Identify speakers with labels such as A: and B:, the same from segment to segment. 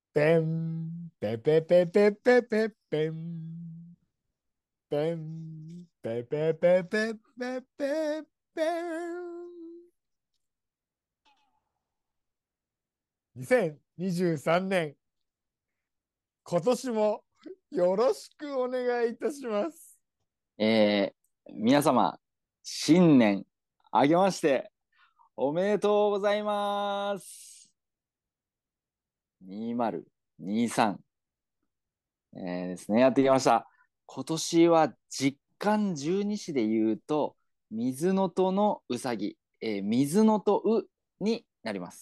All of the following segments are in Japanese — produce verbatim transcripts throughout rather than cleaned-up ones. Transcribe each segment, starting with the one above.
A: ペン、ペペペペペペペン、ペン、ペペペペペペペン。にせんにじゅうさんねん、今年もよろしくお願いいたします。
B: えー、皆様、新年明けましておめでとうございます。にせんにじゅうさん、えー、ですね、やってきました。今年は実感十二支で言うと、水のとのうさぎ、えー、水のとうになります。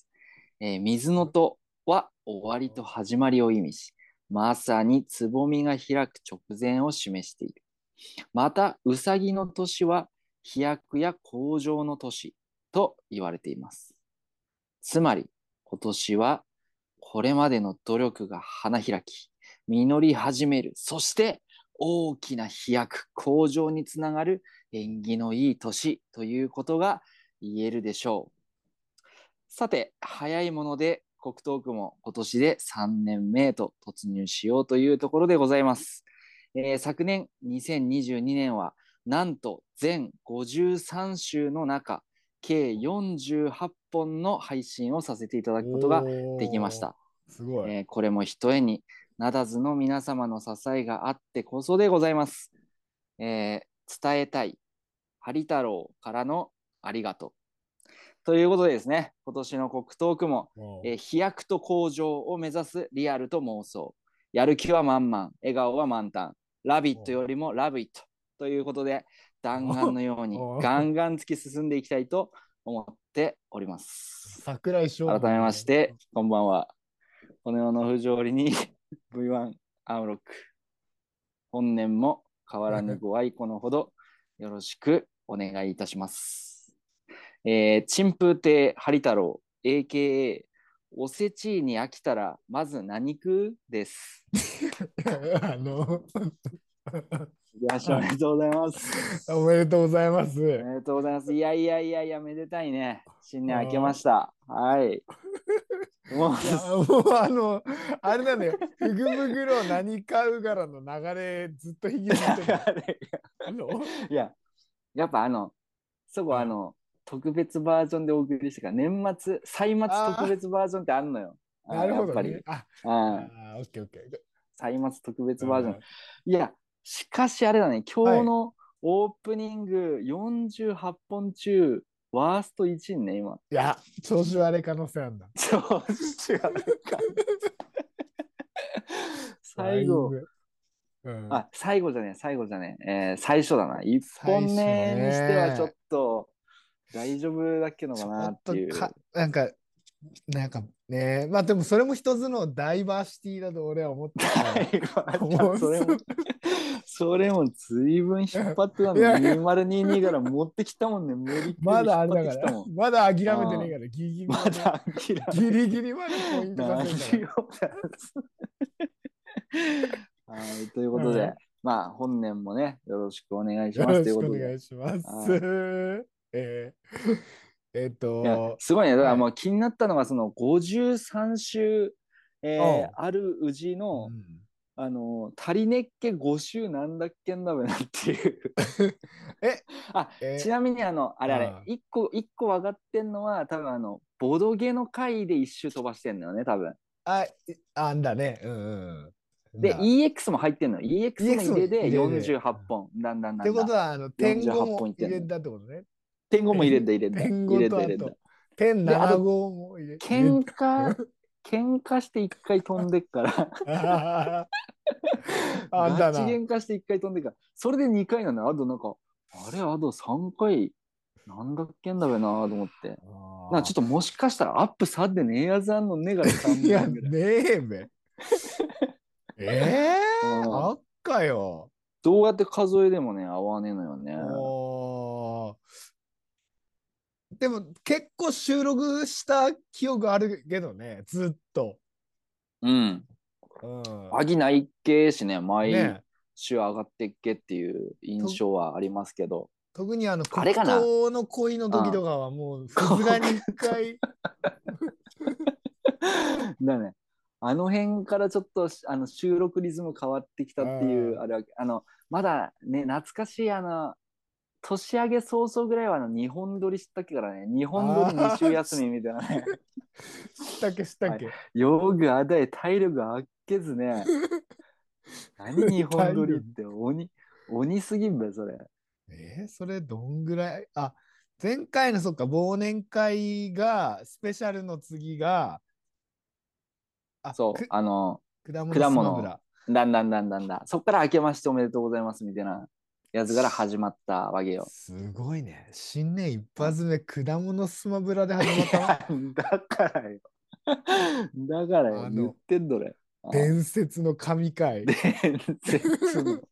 B: えー、水のとは終わりと始まりを意味し、まさにつぼみが開く直前を示している。また、うさぎの年は飛躍や向上の年と言われています。つまり、今年はこれまでの努力が花開き、実り始める、そして大きな飛躍、向上につながる縁起のいい年ということが言えるでしょう。さて、早いもので国東区も今年でさんねんめへと突入しようというところでございます。えー昨年にせんにじゅうにねんはなんと全ごじゅうさん週の中、計よんじゅうはっぽんの配信をさせていただくことができまし
A: おー、
B: た。
A: すごい。
B: えーこれもひとえにならずの皆様の支えがあってこそでございます。えー伝えたい、ハリ太郎からのありがとう。ということでですね、今年の国トークも、
A: おー、
B: えー飛躍と向上を目指すリアルと妄想。やる気は満々、笑顔は満タン。ラビット
A: お
B: よりもラブイット。ということで、弾丸
A: ー、
B: のように
A: おー、
B: ガンガン突き進んでいきたいと思っております。
A: 桜井翔
B: 改めま
A: 君みたいな。
B: して、こんばんは。この世の不条理に ブイワン アムロック。本年も変わらぬご愛顧のほどよろしくお願いいたします。えー、陳風亭ハリ太郎、エーケーエー、おせちに飽きたら、まず何食うです。
A: あの、
B: いらっしゃいおめでとうございます。
A: おめでとうございます。
B: おめでとうございます。いやいやいやいや、めでたいね。新年明けま
A: あ
B: した。はい。もう、
A: いや、もうあの、あれなんだよ。ふぐふぐの何買うからの流れずっと引きずってんだよ。あの、
B: いや、やっぱあの、そこあ
A: あ
B: の、特別バージョンでお送りしてから、年末、歳末特
A: あ
B: 別バージョンってあんのよ。
A: な
B: あ
A: るほどね。
B: やっぱり。
A: あ、
B: あ
A: あー、オッケーオッケー。
B: 歳末特別バージョン。
A: うん、
B: いや、しかしあれだね、
A: はい。
B: 今日のオープニングよんじゅうはっぽん中、ワーストいちいね、今。
A: いや、調子悪い可能性あるんだ。
B: 調子悪いか。
A: だ
B: 最後、
A: いぶ。うん。
B: あ、最後じゃねえ、最後じゃねえ、えー最初だな。1本
A: 最初
B: 目にしてはちょっ
A: ね。
B: と大丈夫だっけのかなっ
A: ちょっ
B: ていう。
A: とか、なんか、なんかね、まあでもそれも一つのダイバーシティだと俺は思ってるから、思う。
B: それも、それも随分引っ張ってたの。
A: いやいや、
B: にせんにじゅうにから持ってきたもんね。無理くり
A: まだ
B: 引っ張っ
A: あれだから、
B: てきたもん。
A: まだ諦めてねえ
B: ああ、
A: から、ギリギリ
B: ま
A: まで、
B: だ諦
A: ギ
B: め、
A: リギリまでポイント
B: 何
A: 稼いだから。
B: を出す。はい、ということで、
A: はい。
B: まあ、本年もね、よろしくお願いします
A: よろ
B: ということで。
A: しくお願いします。
B: はい。
A: えー、えっ
B: いや、
A: と、
B: すごいね。だから
A: はい。
B: もう気になったのが、そのごじゅうさん週、えー、
A: おう。
B: あるうちの、
A: うん。
B: あの、足りねっけご週なんだっけんだべなっていう。
A: え、
B: あ、ち
A: え、
B: なみにあの、あれあれ、
A: あ
B: 一個、一個分かってんのは、多分あの、ボドゲの回で一周飛ばしてんのよね、多分。
A: あ、いあんだね。うんうんうん。
B: で、
A: だ。
B: イーエックス も入ってんのよ。イーエックス も
A: イーエックス も
B: 入れで
A: 入れで。
B: 48本。だんだんだんだん。
A: ってことは、あの、点
B: 48
A: ごも
B: 本いってんの。
A: 入れたってことね。
B: 点ごも入れ
A: 点、
B: た入れた。
A: 点ご
B: 入れた入れた。
A: とあと、点
B: で、あと、
A: ななごも入れ、入れ
B: 喧
A: た。
B: 嘩、喧嘩して一回飛んでっから
A: ああん
B: ガ
A: だな。
B: チ喧嘩して一回飛んでっから、それでにかいなのよ。あとなんか、あれ、あとさんかい、なんだっけんだべなと思って。なんかちょっ
A: あ
B: ともしかしたらアップさってねえやつあんのねえから
A: ーい
B: 3
A: や、
B: 本ぐらい。
A: ねえべ。ええー、あ
B: うん。
A: っかよ。
B: どうやって数えでもね、合わねえのよね。
A: おー。でも結構収録した記憶あるけどね、ずっと。
B: うん。
A: うん。
B: 飽きないっけしね、毎
A: ね
B: 週上がってっけっていう印
A: と、
B: 象はありますけど。
A: 特にあの黒
B: あれかな。
A: 糖の恋の
B: うん。
A: 時とかはもう、さすが
B: こ
A: に一回、
B: うだね。 あの辺からちょっとあの収録リズム変わってきたっていう、あれは、あの、まだね、懐かしい、あの、年明け早々ぐらいはあの日本撮りしたっけからね、日本撮りに週
A: ああ、し
B: 休みみたいなね。
A: したっけしたっ
B: はい。
A: け。
B: よくあだい体力あっけずね、何日本撮りっ
A: 体力。
B: て鬼、鬼すぎんべ、それ。
A: えー、それどんぐらい、あ、前回のそっか、忘年会が、スペシャルの次が、あ、
B: そう、
A: く、
B: あの、
A: 果物
B: 果物、
A: スマブラ。
B: だんだんだんだんだん。そっから明けましておめでとうございますみたいなやつから始まったわけよ。
A: すごいね。新年一
B: うん、
A: 発目、果物スマブラで始まったの。
B: だからよ。だからよ、言っ
A: あの、
B: てんのね。あ、
A: 伝説の神回。
B: 伝説の。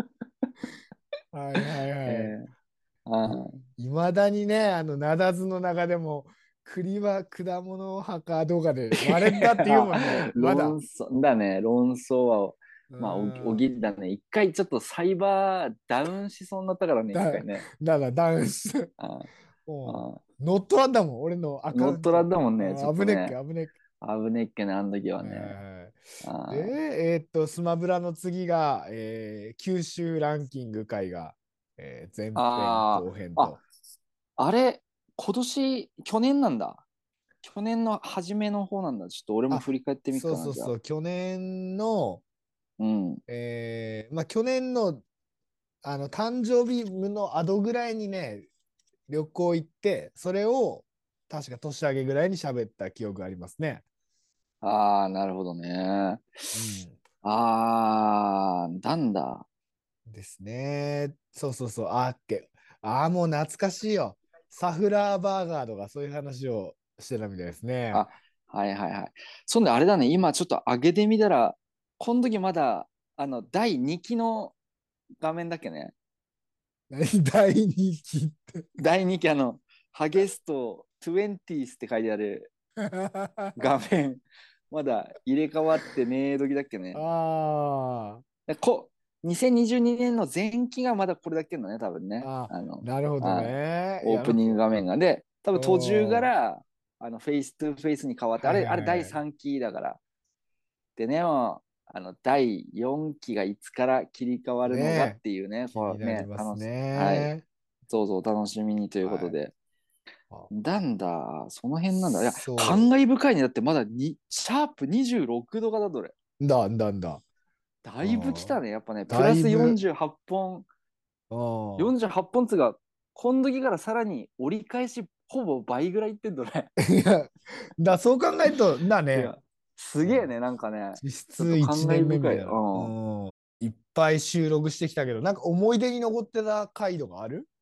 A: はいはいはい。
B: えー、あ
A: い、
B: ー、
A: いまだにね、あの、名だずの中でも、栗は果物派かどうかで割れんだって言うもんね。
B: あ、
A: まだ。
B: 論争だね、論争は、
A: う
B: まあ、お、お
A: ん。
B: ぎだね。一回ちょっとサイバーダウンしそうになったからね、一
A: だ、
B: 回ね。
A: だから男子。
B: あ
A: も
B: あ、
A: う、乗っ取らんだもん、俺のアカ
B: 乗っ取ら
A: ウント。
B: れたもんね、ちょ
A: あー危ねっけ、
B: っとね。
A: 危ねっけ。
B: 危ねっけね、あの時は
A: はいはい
B: ね。
A: はい。で、
B: あ
A: えーっと、スマブラの次が、えー九州ランキング会が、えー前編
B: あ
A: 後編
B: ー、あ、
A: と。
B: あれ、今年、去年なんだ。去年の初めの方なんだ。ちょっと俺も
A: あ、
B: 振り返ってみっかな、じゃあ。
A: そうそうそう、去年の、
B: うん。
A: えーまあ、去年の、あの誕生日の後ぐらいにね、旅行行って、それを確か年明けぐらいに喋った記憶がありますね。
B: ああ、なるほどね。
A: うん。
B: ああ、なんだ。
A: ですね。そうそうそう。あーっけ。ああ、もう懐かしいよ。サフラーバーガーとかそういう話をしてたみたいですね。
B: あ、はいはいはい。そんであれだね、今ちょっと上げてみたら、この時まだ、あの、だいにきの画面だっけね。
A: 何第二期って。
B: だいにき、あの、ハゲストにじゅうって書いてある画面、まだ入れ替わってねえ時だっけね。
A: あ
B: でこ、にせんにじゅうにねんの前期がまだこれだけのね、多分
A: あ、
B: ね。
A: ああ、
B: あの、
A: なるほど
B: あ、
A: ね。いや、
B: オープニング画面が。で、多分途中か
A: おー、
B: ら、あの、フェイストゥフェイスに変わって、あ
A: はい
B: れ、あれだい
A: はいはい。
B: さんきだから。でね、もう、あの、だいよんきがいつから切り替わるのかっ
A: ねえ、
B: ていうね、
A: 気に
B: こうね、
A: なります
B: 楽し、はい。
A: ね。
B: どうぞお楽しみにということ
A: はい。
B: で。
A: あ、
B: なんだ、その辺なんだ。いや、感
A: そ
B: 慨深いね。だってまだに、シャープにじゅうろくどがだ、どれ。
A: う。だんだんだ。
B: だいぶ来
A: ああ、
B: たね。やっぱね、プ
A: だ
B: ラス
A: いぶ、
B: よんじゅうはっぽん、
A: ああ。
B: よんじゅうはっぽんつが、この時からさらに折り返し、ほぼ倍ぐらいいってんだね。
A: いや、だ、そう考えると、だね。
B: いや、す
A: うん、
B: げえね、なんかね、
A: 実質
B: ちょっと
A: 1
B: 感慨
A: 年目み
B: 深い。
A: たいな。
B: うん。
A: うん。いっぱい収録してきたけど、なんか思い出に残ってた回とかある？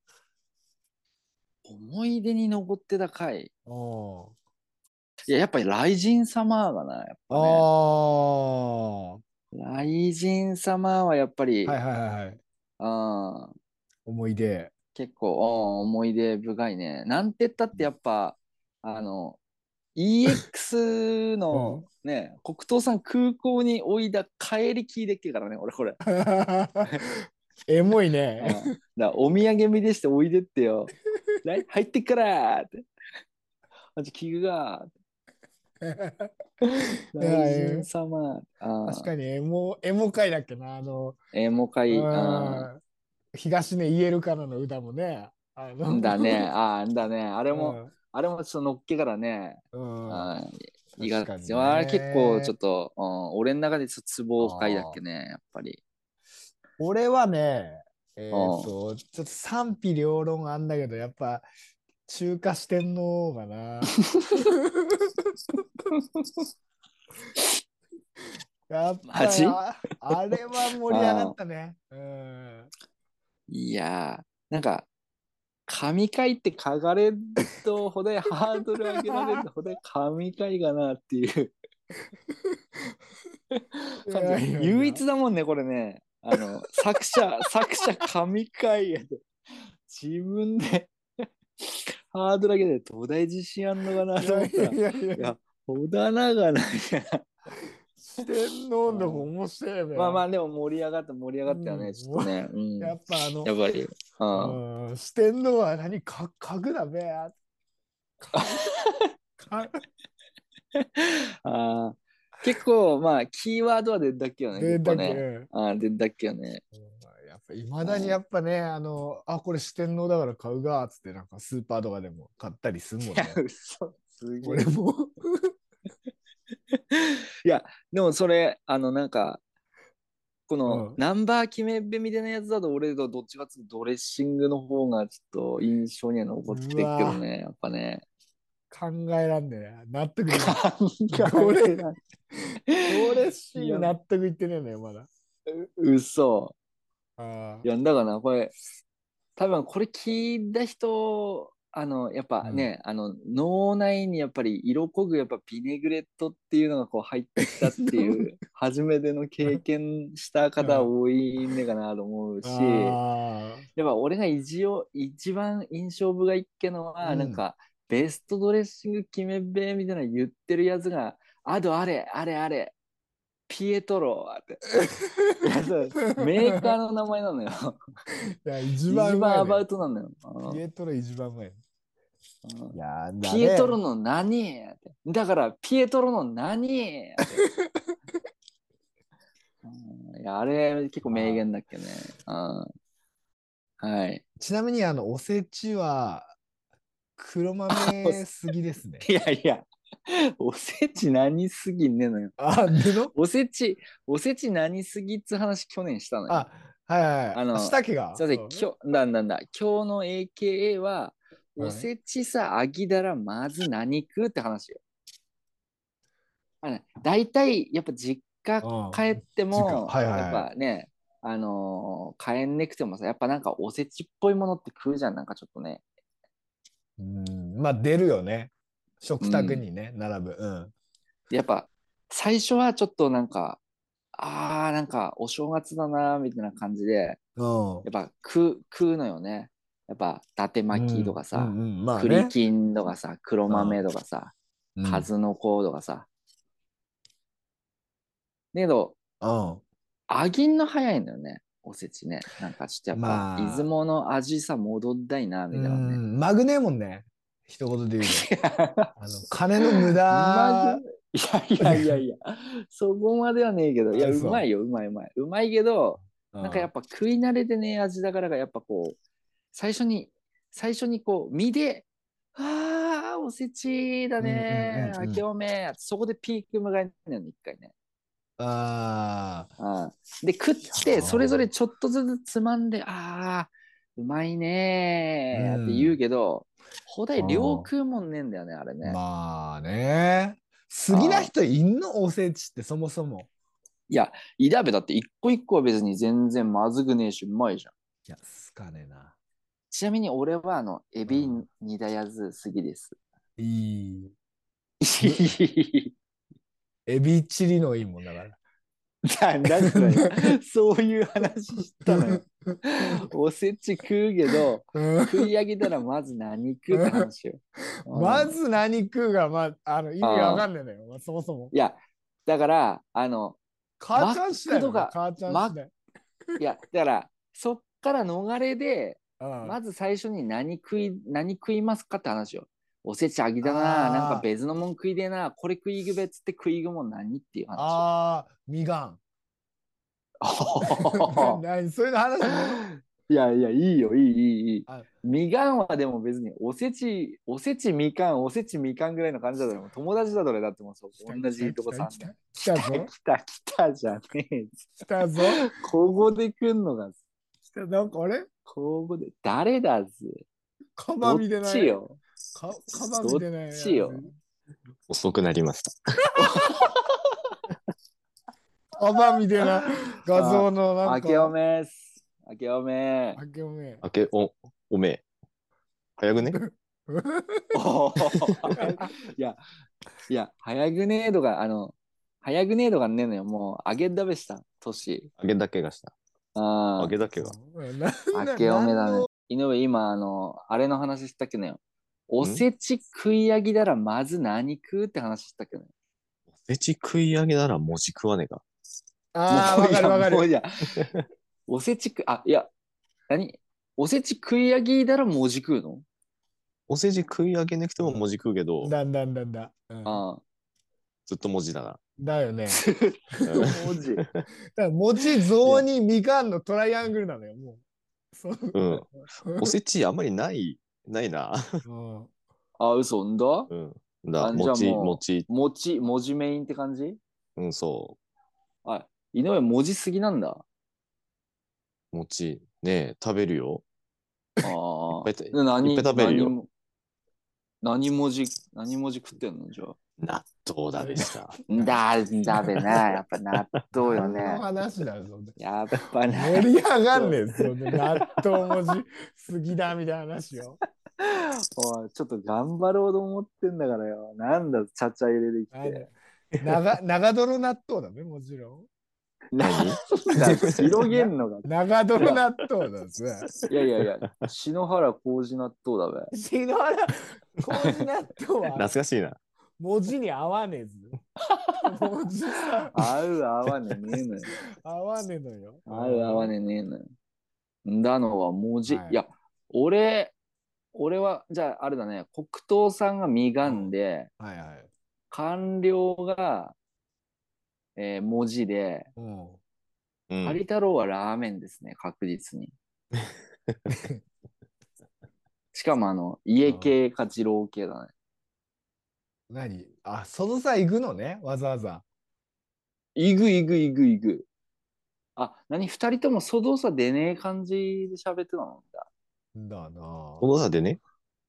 B: 思い出に残ってた回。
A: うん。
B: いや、やっぱりライジンサマーがな、やっ
A: あ
B: ぱね。
A: あ。は
B: ライジンサマーはやっぱ
A: いはい
B: り、
A: はいはい。
B: うん、
A: 思い出。
B: 結構、うん、思い出深いね。なんて言ったってやっぱ、あの、イーエックス の
A: うん。
B: ね、国東さん空港においだ帰り聞いてっけからね、俺これ。
A: エモいね。
B: ああ、だお土産見でしておいでってよ。来入ってっからーって。マジ聞くがーって。
A: いや、
B: 大臣
A: え
B: 様。ああ、
A: 確かにエモ、エモ回だっけな。あの、
B: えもかい、あ
A: うん、東根言えるかなの歌もね。あ
B: あ、
A: の、
B: んだね、ああ、んだね。あれも、
A: うん、
B: あれもちょっとのっけからね。
A: うん、
B: ああ、いが
A: 確かに
B: あれ結構ちょ
A: ね。
B: っと、うん、俺の中でちょっとツボ深いだっけ
A: ああ。
B: ね、やっぱり。
A: 俺はね、
B: う
A: えっ
B: ん。
A: と、ちょっと賛否両論あんだけど、やっぱ中華四天王がな。やっぱり
B: マジ。
A: あ、あれは盛り上がっ
B: ああ、
A: たね。うん。
B: いやー、なんか、神回って書かれると、ほでハードル上げられると、ほで神回かなっていう
A: い
B: 感じで。
A: やいやい
B: 唯
A: や。
B: 一だもんね、これね。あの、作者、作者神回やで。自分でハードル上げて、ど大自信あんのかな
A: いやいや
B: と思ったら、い
A: いやいや。
B: や、小田長な、いや、
A: 四天王の方
B: あー、
A: 面白いべや。
B: まあまあ、でも盛り上がった、盛り上
A: う
B: がったよね、ち
A: ん。もう
B: ょっとね。うん。
A: やっぱあの、
B: やっぱり。うん。
A: うん、四天王は何か、家具だべや。家具、か、
B: ああ。 結構、まあ、キーワードは出たっけよね、
A: で、だっけ、
B: 結構ね。
A: うん
B: あ出たっけよね。
A: やっぱ、いまだにやっぱね、あの、あ、これ四天王だから買うが、つって、なんかスーパーとかでも買ったりするもん
B: いや、
A: ね。
B: 嘘。すげえ。
A: 俺も。
B: いや、でもそれ、あの、なんか、こ
A: う
B: の
A: ん。
B: ナンバー決めべみたいなやつだと、俺とどっちかっていうとドレッシングの方がちょっと印象には残っ
A: う
B: てるけど
A: わ
B: ね、やっぱね。
A: 考えらんねえな。納得できない。
B: 考
A: どれ、
B: えらん。
A: ドレッシ
B: いや、
A: ング納得いってねえのよ、まだ。
B: う嘘。
A: ああ。
B: いや、だからな、これ、多分これ聞いた人、あの、やっぱ
A: うん。
B: ね、あの、脳内にやっぱり色濃くやっぱビネグレットっていうのがこう入ってきたっていう、初めての経験した方
A: あ
B: 多いんねかなと思うし、
A: あ。
B: やっぱ俺が一応、一番印象深いっけのは、なん
A: うん。
B: か、ベストドレッシング決めべみたいな言ってるやつが、あとあれ、あれ、あれ、ピエトロって。いや、そう、メーカーの名前なのよ。
A: いや、一番
B: 一
A: うまいね。
B: 番アバウトなのよ。
A: ピエトロ一番うまい。
B: うん
A: いやー、だ
B: ピエトロ
A: ね。
B: の何ってだから、ピエトロの何って。うんいや、あれ、結構名
A: あー
B: 言だっけね。うんはい。
A: ちなみに、あの、おせちは黒豆すぎですね。
B: いやいや、おせち何すぎんねのよ。
A: あ、での
B: おせち、おせち何すぎっつ話去年したのよ。
A: あ、はいはいはい。あ、し
B: あの、
A: たけが
B: すいません、
A: うん
B: 今日、だんだんだ、今日の エーケーエー は、お
A: はい
B: せちさ、あぎだら、まず何食うって話よ。あの、大体、やっぱ実家
A: うん。
B: 帰って
A: 時間。
B: も、やっ
A: はいはいはい。
B: ぱね、あのー帰んなくてもさ、やっぱなんかおせちっぽいものって食うじゃん、なんかちょっとね。
A: うん。まあ、出るよね。食卓
B: うん。
A: にね、並ぶ。うん。
B: でやっぱ、最初はちょっとなんか、あー、なんかお正月だな、みたいな感じで、
A: うん。
B: やっぱ食う、食うのよね。やっぱ、伊達
A: うん。
B: 巻きとかさ、
A: うん。うん。まあ
B: 栗
A: ね。
B: きんとかさ、黒
A: うん。
B: 豆とかさ、
A: うん。
B: 数の子とかさ。だけど、
A: うん。
B: 揚げんの早いんだよね。おせちね。なんかちょっとやっぱ、出
A: まあ、
B: 雲の味さ戻ったいな、
A: う
B: みたいなね。
A: ん。マグねえもんね。一言で言うと。あの、金の無
B: うまぐ、
A: 駄。
B: いやいやいやいや、そこまではねえけど、いや、
A: あ、そ
B: うまいよ、うまいうまい。うまいけど、
A: う。うん。
B: なんかやっぱ食い慣れてねえ味だからが、やっぱこう、最初に、最初にこう、身で、ああ、おせちだ
A: うんうんう
B: ね、明け
A: んうん。
B: おめ、そこでピーク迎えるのよね、一回ね。
A: ああ。
B: うん、で、食っ
A: いや
B: て、それぞれ
A: ー
B: ちょっとずつつまんで、ああ、うまい
A: う
B: ねーって言う
A: ん。
B: けど、ほだい量
A: うん。
B: 食うもんねえんだよね、あれね。
A: まあね。好きな
B: ああ。
A: 人いんのおせちってそもそも。
B: いや、イダベだって一個一個は別に全然まずくねえし、うまいじゃん。
A: いや、好かねえな。
B: ちなみに俺は、あの、エビ
A: うん。
B: ニダヤズ好きです。
A: いい。む、エビチリのいいもんだから。
B: なんだそれ。そういう話したのよ。おせち食うけど、食い上げたらまず何食うって話よ。うん。
A: まず何食うが、まあ、あの、意味がわか
B: ああ。
A: んねえのよ。まあ、そもそも。
B: いや、だから、あの、マッ
A: 母ちゃん次第だね。
B: クとか、
A: 母ちゃん
B: マッ、
A: 次第。
B: いや、だから、そっから逃れで、
A: うん。あ
B: まず最初に何食い、何食いますかって話よ。おせちあぎだな、なんか
A: あ、
B: 別のもん食いでな、これ食いぐべっつって食いぐもん何っていう話よ。
A: ああ、みがん。な、な、そういうの話ねえの
B: いやいや、いいよ、いい、いい、いい。
A: あ、
B: みかんはでも別に、おせち、おせちみかん、おせちみかんぐらいの感じだったら、友達だとれだってもうそう、
A: 来た
B: 同じ
A: 来た来
B: とこさんで。
A: た来た来
B: 来た、
A: たぞ。
B: 来た、来たじゃねえ。
A: 来たぞ。
B: ここで来んのが、
A: 来た、なんかあれ
B: ここで、誰だぜ。
A: カバ
B: どっ
A: 見てない
B: ちよ。
A: か、カバ見
B: どっ
A: てないやつ。
B: ちよ。
C: 遅くなりました。
A: カバ見てない画
B: あ、
A: 像のなん
B: 明けお
A: か、
B: めっす。明けおめ。
A: あけおめ。
C: 明けお、おめえ。早くね
B: おーいや、いや、早ぐねーとか、あの、早ぐねーとかねえのよ。もう、あげだべした、年。
C: 揚げだけがした。揚
B: あ
C: げだけが。
A: そうな、な、
B: 明けおめだね。
A: なんの、
B: 井上、今、あの、あれの話したっけねよ。お
C: ん
B: せち食い上げたら、まず何食うって話したっけね。
C: おせち食い上げなら文字食わねえか。
B: も
A: ああ、わ
B: ういや、
A: かるわかる。
B: もういや、おせちく、あ、いや、何おせち食い上げたら文字食うの
C: おせち食い上げなくても文字食うけど、
A: だんだんだんだん。うん。
B: ああ。
C: ずっと文字だな。
A: だよね。
B: 文字。
A: だから餅像にみかんのトライアングルなのよ、もう。そう
C: うん。おせちあんまりない、ないな。
A: うん
B: あ、嘘、んだ
C: うん。だ、
B: あ、じゃあ
C: 餅、
B: も
C: 餅、
B: う、文字、文字メインって感じ
C: うん、そ
B: あ、井上文字すぎなんだ。
C: う。餅、ねえ、食べるよ。
B: ああ。
C: いっぱい、
B: で、何、
C: いっぱい食べるよ。
B: 何も、何文字、何文字食ってんのじゃあ。
C: 納豆だべした。
B: んだ、だべな。やっぱ納豆よ
A: 何の
B: ね。
A: 話だよ、そんな
B: やっぱ納
A: 盛り上がんねえ、そんな納豆文字すぎだみたいな話よ。
B: おいちょっと頑張ろうと思ってんだからよ。なんだ、ちゃちゃ入れてき
A: あの
B: て。
A: 長長泥納豆だね、もちろ
B: なん
C: 何
B: だ、広げんのが。
A: ん。長泥納豆だぜ。
B: いやいやいや、篠原麹納豆だべ。
A: 篠原麹納豆
C: 懐
A: は
C: かしいな。
A: 文字に合わねえず。文字さ、
B: 合う合わねえねえのよ。
A: 合わねえのよ。
B: 合う合わねえねえのよ。んだのは文字。
A: はい
B: いや、俺、俺は、じゃああれだね、黒糖さんがみがんで、
A: はいはい。
B: 官僚が、えー文字で、
A: うん。
C: うん。
B: ハリ太郎はラーメンですね、確実に。しかもあの、家系か二郎系だね。
A: 何あ、そのさ、行くのね、わざわざ。
B: いぐいぐいぐいぐ。あ、何二人ともそどうさ出ねえ感じで喋ってたのだ。
A: だな
C: この中でね、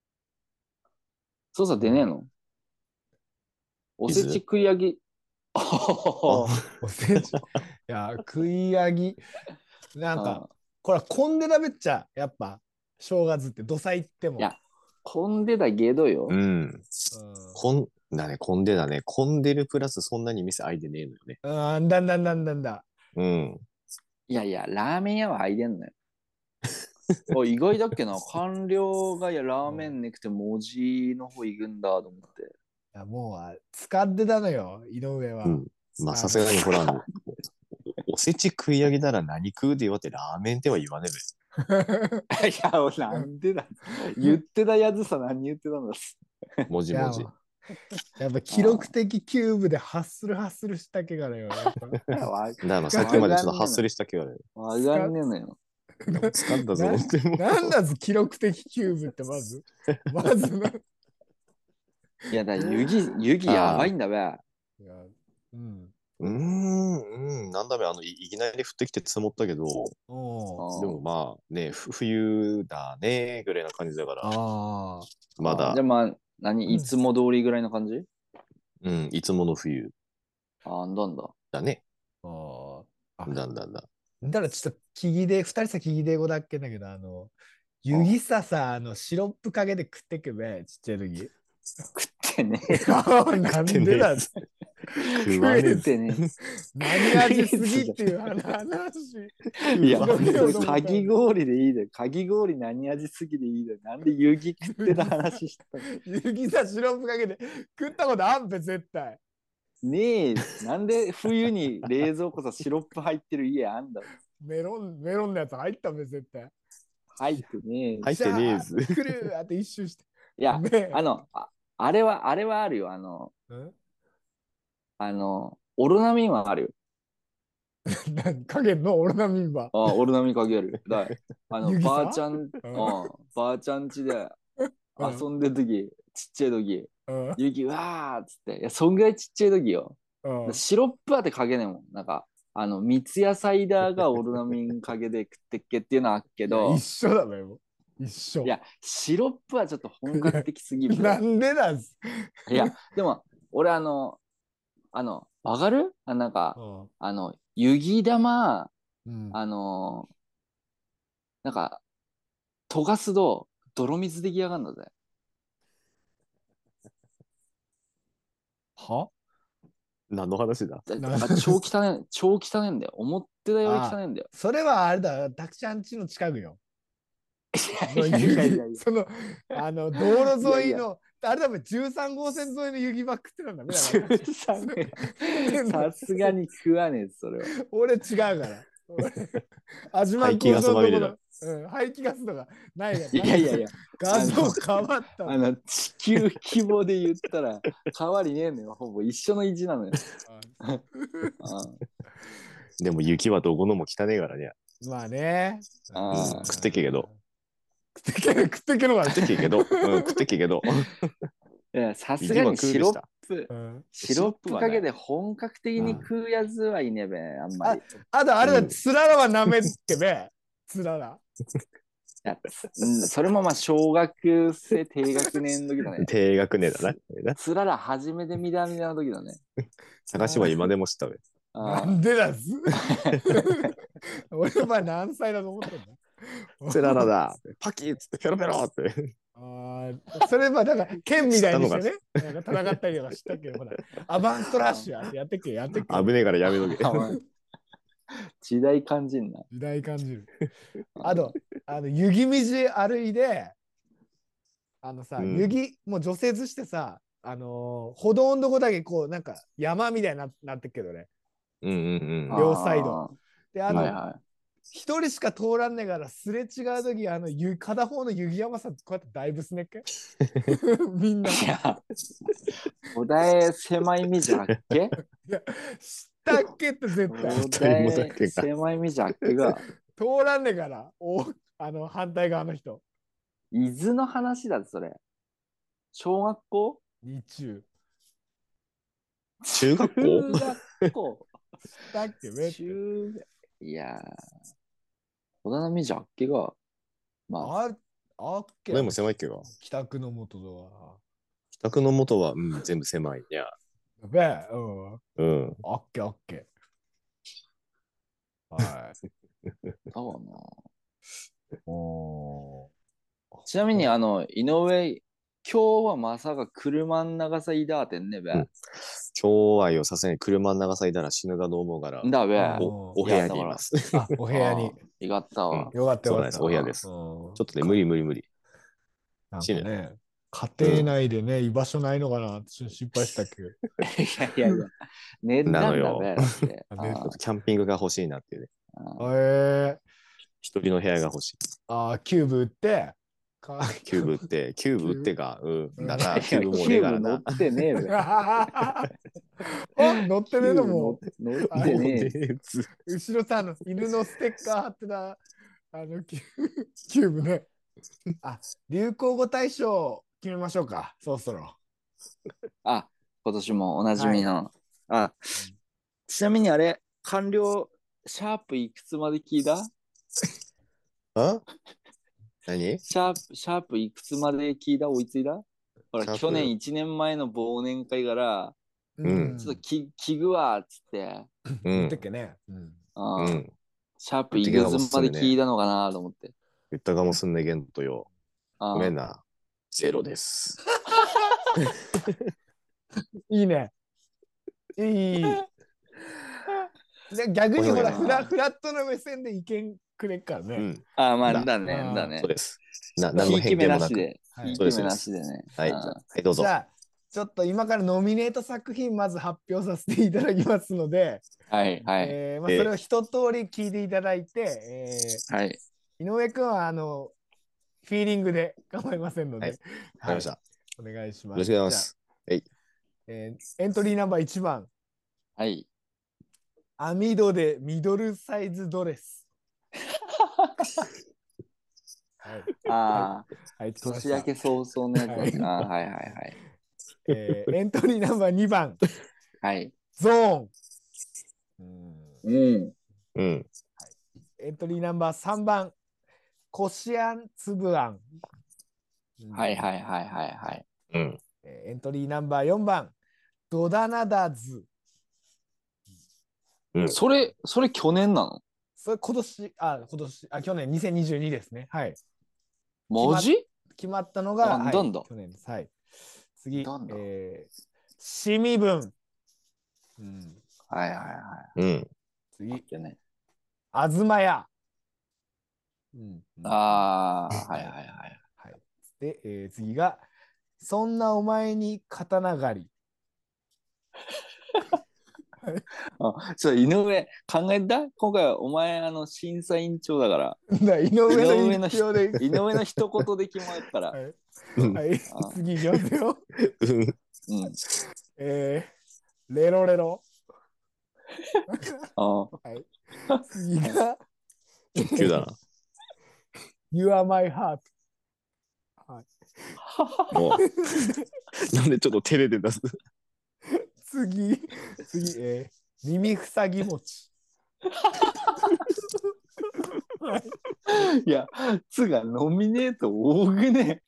B: そうさ出ねえのおせち食い上げ。
C: あ、
A: おせち。いや、食い上ぎ。なんか、
B: あ
A: これは混んでだべっちゃ、やっぱ、正月って、どさ行っても。
B: いや、混んでたゲドよ。
C: うん。
A: うん。
C: こん、だね、混んでだね。混んでるプラスそんなに店開いてねえのよね。
A: あんだんだんだんだんだ。
C: うん。
B: いやいや、ラーメン屋は開いてんのよ。お意外だっけな。官僚がいやラーメンなくて文字の方行くんだと思って。
A: いや、もうあ、使ってたのよ、井上は。
C: うん。まあ、さすがにほら、あのおせち食い上げたら何食うで言われてラーメンっては言わねえ
B: いや、なんでだ。言ってたやつさ、何言ってたんだ。
C: べ。文字
A: いや
C: 文字。
A: やっぱ記録的キューブでハッスルハッスルしたけからよ。やっぱ
B: わ
C: だからまあさっきまでちょっとハッスルしたけどね。
B: わかんねえのよ。
C: 掴んだぞってもう。
A: なんだぞ、記録的キューブってまず。まずな。い
B: いや、だ湯気、湯気やばいんだべ。
A: や、うん。
C: うーん、うん、なんだべ、あの、いいきなり降ってきて積もったけど、
A: おう
C: でもまあね、ふ冬だね、ぐらいな感じだから、
A: あ
C: まだ
B: じゃあ、まあ、何いつも通りぐらいの感じ
C: うん、いつもの冬
B: ああ、なんだ。
C: だね。
A: あ。あ
C: だんだんだ。
A: だからちょっと聞きで、二人さ聞きで語だっけんだけど、あの、湯気ささ、あの、シロップかけて食ってくべ、ちっちゃい時。
B: 食ってね
A: なんでだって。
C: 食わねえ
B: 食ってね
A: 何味すぎっていう話。
B: いや、
A: 広げようと思った
B: かき氷でいいだよ。かき氷何味すぎでいいだよ。なんで湯気食ってた話したの
A: 湯気さシロップかけて食ったことあんべ、絶対。
B: ねえ、なんで冬に冷蔵庫さ、シロップ入ってる家あんだろ
A: メロン、メロンのやつ入ったべ、絶対。
B: 入ってねえ。
C: 入ってねえず。
A: シャー来るあって一周して。
B: いや、
A: ねえ
B: あの、ああれは、あれはあるよ。あの、
A: うん
B: あの、オロナミンはあるよ。
A: 何かけんのオロナミンバ。
B: あ、オロナミンかける。だあの、
A: 湯気さ
B: ばあちゃん、うん、
A: うん
B: ばあちゃん家で
A: うん
B: 遊んでる時、ちっちゃい時、
A: うん
B: 雪わーっつって、いや、そんぐらいちっちゃい時よ。
A: うん
B: シロップはってかけねえもん。なんか、あの、三ツ矢サイダーがオロナミンかけで食ってっけっていうのはあっけ
A: いや
B: ど、
A: 一緒だべよ。一緒。
B: いや、シロップはちょっと本格的すぎる。
A: なんでだす。
B: いや、でも、俺あの、あの、わかるあなんか、
A: うん
B: あの、湯気玉、
A: うん
B: あの、なんか、溶かすと泥水出来上がるんだぜ。
A: は
C: 何の話だ
B: だ
A: な
B: あ超汚い、超汚いんだよ。思ってたより汚いんだよ。
A: それはあれだ、たくちゃんちの近くよ。
B: いやいやいやいやいや。
A: その、あの、道路沿いの、
B: いやいや
A: あれだべ、じゅうさん号線沿いの雪バックってなんだべ。だから
B: さすがに食わねえ、それは。
A: 俺違うから。 味まん工場のところ、うん、排気ガスとかないが
B: いやいやいや、
A: 画像変わった
B: あの地球規模で言ったら変わりねえのよ。ほぼ一緒の位置なのよ。あ
C: でも雪はどこのも汚ねえからね。
A: まあね。
B: あ
C: うん食ってけけど。
A: 食ってけ食ってけのが
C: 食ってけけど。うん、食ってけけど。
B: いやさすがにシロップ、
A: うん
B: シロップかけて本格的に食うやつはいねべ、あんまり。い
A: あとあれだ、
C: うん
A: つららはなめっけべ。つらら。
B: やうんそれもまあ小学生低学年の時だね。
C: 低学年だな。
B: つらら初めて見たみたいな時だね。
C: 探しは今でも知ったべ。
A: な
B: あ
A: んでだす俺お前何歳だと思ってんだ
C: つららだ。パキッつってペロペロって。
A: ああ、それはだから剣みたいにしてね、なんか戦ったりとかしたけど、ほら、アバンストラッシュややってっけ、やってっけ。
C: 危ねえからやめとけ。
B: あ時代感じんな。
A: 時代感じる。あと、あの、湯気道歩いで、あのさ、
C: うん
A: 湯気、もう除雪してさ、あのー歩道のとこだけこう、なんか山みたいにななってっけどね。
C: うんうんうん。
A: 両サイド。で、あ
B: あー
A: の、
B: はいは
A: 一人しか通らんねえから、すれ違うとき、あの、ゆ片方の湯気山さん、こうやってだいぶすねっけみんな。
B: い。いや、お題狭い道あっけ
A: 知ったっけって絶対。
B: お
C: 二人もだ
B: 題
C: けか
B: 狭い道あっけが。
A: 通らんねえから、おあの、反対側の人。
B: 伊豆の話だぜ、それ。小学校
A: 日中。
C: 中学校
B: 中学校
A: 知ったっけめ
B: 中学いやー、小田の道あっけが。まあ、
A: ああっけ
C: でも狭いっけが。
A: 帰宅の元と
C: 帰宅の元は、うん、全部狭い。いや。
A: は。べえ、うん。
C: うん。
A: あっけあっけ。はい。
B: だわな。
A: おー
B: ちなみに、あの、井上、今日はまさか車の長さいだってんねべ。
C: うん今日はよ、さすがに車の長さいたら死ぬがどう思うから、
B: だべ。
A: うん
C: おお部屋にいます。ち
A: あ、お部屋に。
B: いがったわ。
A: よかったよかった。
C: そうなんですお部屋です
A: うん
C: ょっとね、無理無理無理。
A: なんか
C: 死ぬ
A: ね、家庭内でね、居場所ないのかなって心配したけど。
B: いやいやいや、ねんだんだ
C: なのよ
B: べ。だって
A: あね
C: ちょっとキャンピングが欲しいなっていうね。
B: あー
A: えー、
C: 一人の部屋が欲しい。
A: あー、キューブ売って、か
C: キューブ売って、キューブ売ってか、うん。だな、
A: うん
C: キューブもうねえからな。
B: 乗ってねえべ。
A: あ、乗ってねえのもう、
B: 乗ってねえ。
A: 後ろさ、あの、犬のステッカー貼ってた、あの、キュキューブね。あ、流行語大賞決めましょうか、そろそろ。
B: あ、今年もおなじみの。あ、ちなみにあれ、完了、シャープいくつまで聞いた
C: あ何
B: シャープ、シャープいくつまで聞いた追いついたほら、
C: シャープ
B: 去年いちねんまえの忘年会から、
C: うん
B: ちょっとき聞くわっつって、
C: う
A: 言ってっ
C: ん。
A: けね。うん。
B: あー
C: うん。
B: シャープいくつまで聞いたのかなと思って。
C: 言ったかもすんねげんとよ。
B: あー
C: ごめんな。ゼロです。
A: いいね。いいいい。で逆にほら
B: これは
A: フラ、フラットな目線で意見くれっからね。
C: うん。
B: あー、まあ、
C: だ
B: だね、
A: あー
B: だね
C: そう。です。な、何の
B: ひいき目
C: 偏見もなく。
B: なしで。
A: はい
B: ひいき目なしでね。
C: はい。
B: あー
C: はい、どうぞ。
A: じゃあ、ちょっと今からノミネート作品まず発表させていただきますので、
B: はい、はい、
A: えーまあ、
C: えー
A: それを一通り聞いていただいて、え
B: はい。
A: ー井上君はあのフィーリングで構いませんので、
C: はいわかりました。
A: お願いします。
C: よろしくお願いします。はい。
A: じゃあえーエントリーナンバーいちばん、
B: はい。
A: 網戸でミドルサイズドレス。はい、
B: ああ、
A: はい、来ま
B: 年
A: した
B: 明け早々のやつだね。
A: はい
B: あーはい、はい、はい。
A: えーエントリーナンバーにばん、
B: はい。
A: ゾーン。うん
B: うん。
C: うん。
A: エントリーナンバーさんばん、こしあんつぶあん。うん
B: はい、はい、はい、はい、はい。
C: うん。
A: えーエントリーナンバーよんばん、ドダナダズ。
C: うん。
B: それ、それ去年なの
A: それ今年、あ、今年、あ、去年にせんにじゅうにですね。はい。
B: マジ
A: 決まったのが、はい、
B: あなんだ
A: 去年です。はい。次
B: なん、だ
A: えー、しみ分。うん、
B: はい、はい、は
C: うん。
B: い。
A: 次、
B: じゃね。
A: あずまや。うん、
B: ああ、はい、はい、はい。
A: はい。で、えー次が、そんなお前に刀狩り。
B: あ、ちょっと井上、考えた今回はお前、あの、審査委員長だから。
A: だ井上の一票で。
B: 井上の一言で決まるから。
A: はい、
C: うん
A: はい、
B: あ
A: 次いきますよ。
C: うん
B: うん。
A: えー、レロレロ。
B: あ
A: はい、次が、
C: 直球だな。
A: You are my heart。はい、
C: おなんでちょっと照れて出す。
A: 次、次、えー、耳ふさぎ餅。はい、
B: いや、つがノミネート多くね。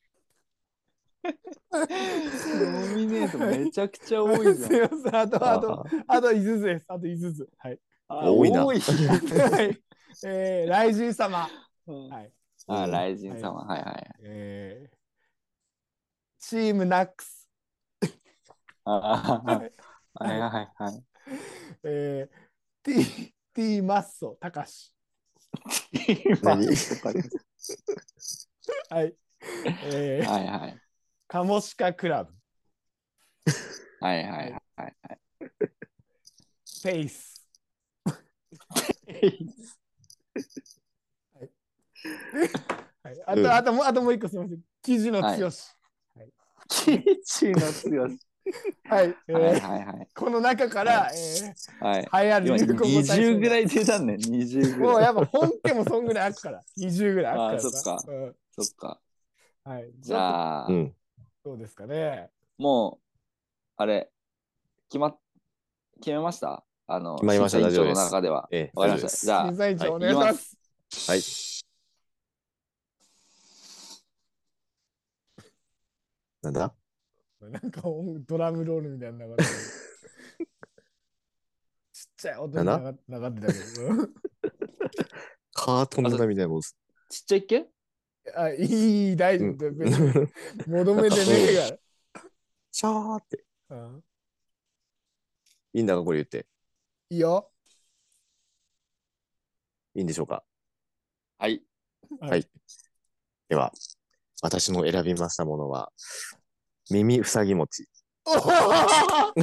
B: ノミネートめちゃくちゃ多いじゃん。
A: すいません、あと、あと
C: あ、
A: あといつつです。あといつつ。はい。
B: あ
C: 多いな
B: 多い。
A: はい。えー、雷神様。
B: うん
A: はい。
B: あ、
C: うん
B: 雷神様。はいはい。
A: えー、チームナックス。
B: あ
A: はい。
B: はいはいはい。
A: えー、T、T マッソ、たかし。
C: 何
A: はい。えー、
B: はいはい。
A: カモシカクラブ。
B: はいはいはい。
A: ペイス。はい。あと、
C: うん
A: あともう、あともう一個すみません。記事の強し。
B: キイチの強し。
A: はい。えー
B: はいはいはい。
A: この中から、
B: は
A: え
B: はい。
A: ー、栄えある
B: 今
A: 流行語大賞
B: にじゅうぐらい出たんね。にじゅうぐらい。
A: もうやっぱ本家もそんぐらいあるから。にじゅうぐらいあ
B: ああ、
A: るからさ。
B: そっか。
A: うん、
B: そっか。
A: はい。
B: じゃあ、
C: うん。
A: どうですかね。
B: もう、あれ、決まっ、決めましたあの、
C: 決まりました
B: 審査委員長の
C: 大丈夫です
B: 中では。
C: ええ
B: わかりました。
C: 大丈夫です
B: じゃあ、
A: 審査委員長、
C: はい
A: お願いします。
C: はい。なんだ
A: なんか音ドラムロールみたいなのがちっちゃい音に
C: なん
A: 流流ってたけど。
C: カートンのみたいなもんです。
B: ちっちゃいっけ
A: あ、いい、大丈
C: うん
A: 夫。別に求めてねえか
C: シャーって。
A: ら。うん
C: いいんだかこれ言って。
A: いいよ。
C: いいんでしょうか。
B: はい。
C: はい。では、私の選びましたものは、耳ふさぎ餅。
A: おー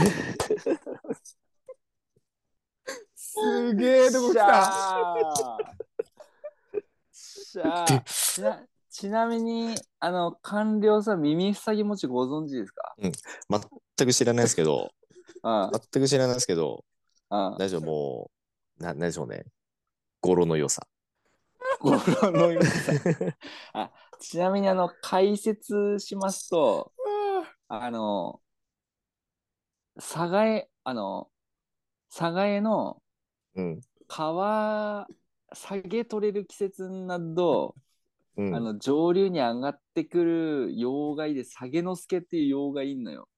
A: すげえとこ来
B: し
A: た。
B: ゃーしゃーちなちなみに、あの、官僚さん、耳ふさぎ餅ご存知ですか？
C: 全く知らないですけど、
B: うん。
C: 全く知らないですけど、
B: うん。
C: 大丈夫、もう、な、なんでしょうね。語呂の良さ。
B: 語呂の良さ。あ、ちなみに、あの、解説しますと、あの、寒河江、あの、寒河江の
C: うん。
B: 川、下げ取れる季節になると、
C: うん。
B: あの、上流に上がってくる妖怪で、サゲノスケっていう妖怪いんのよ。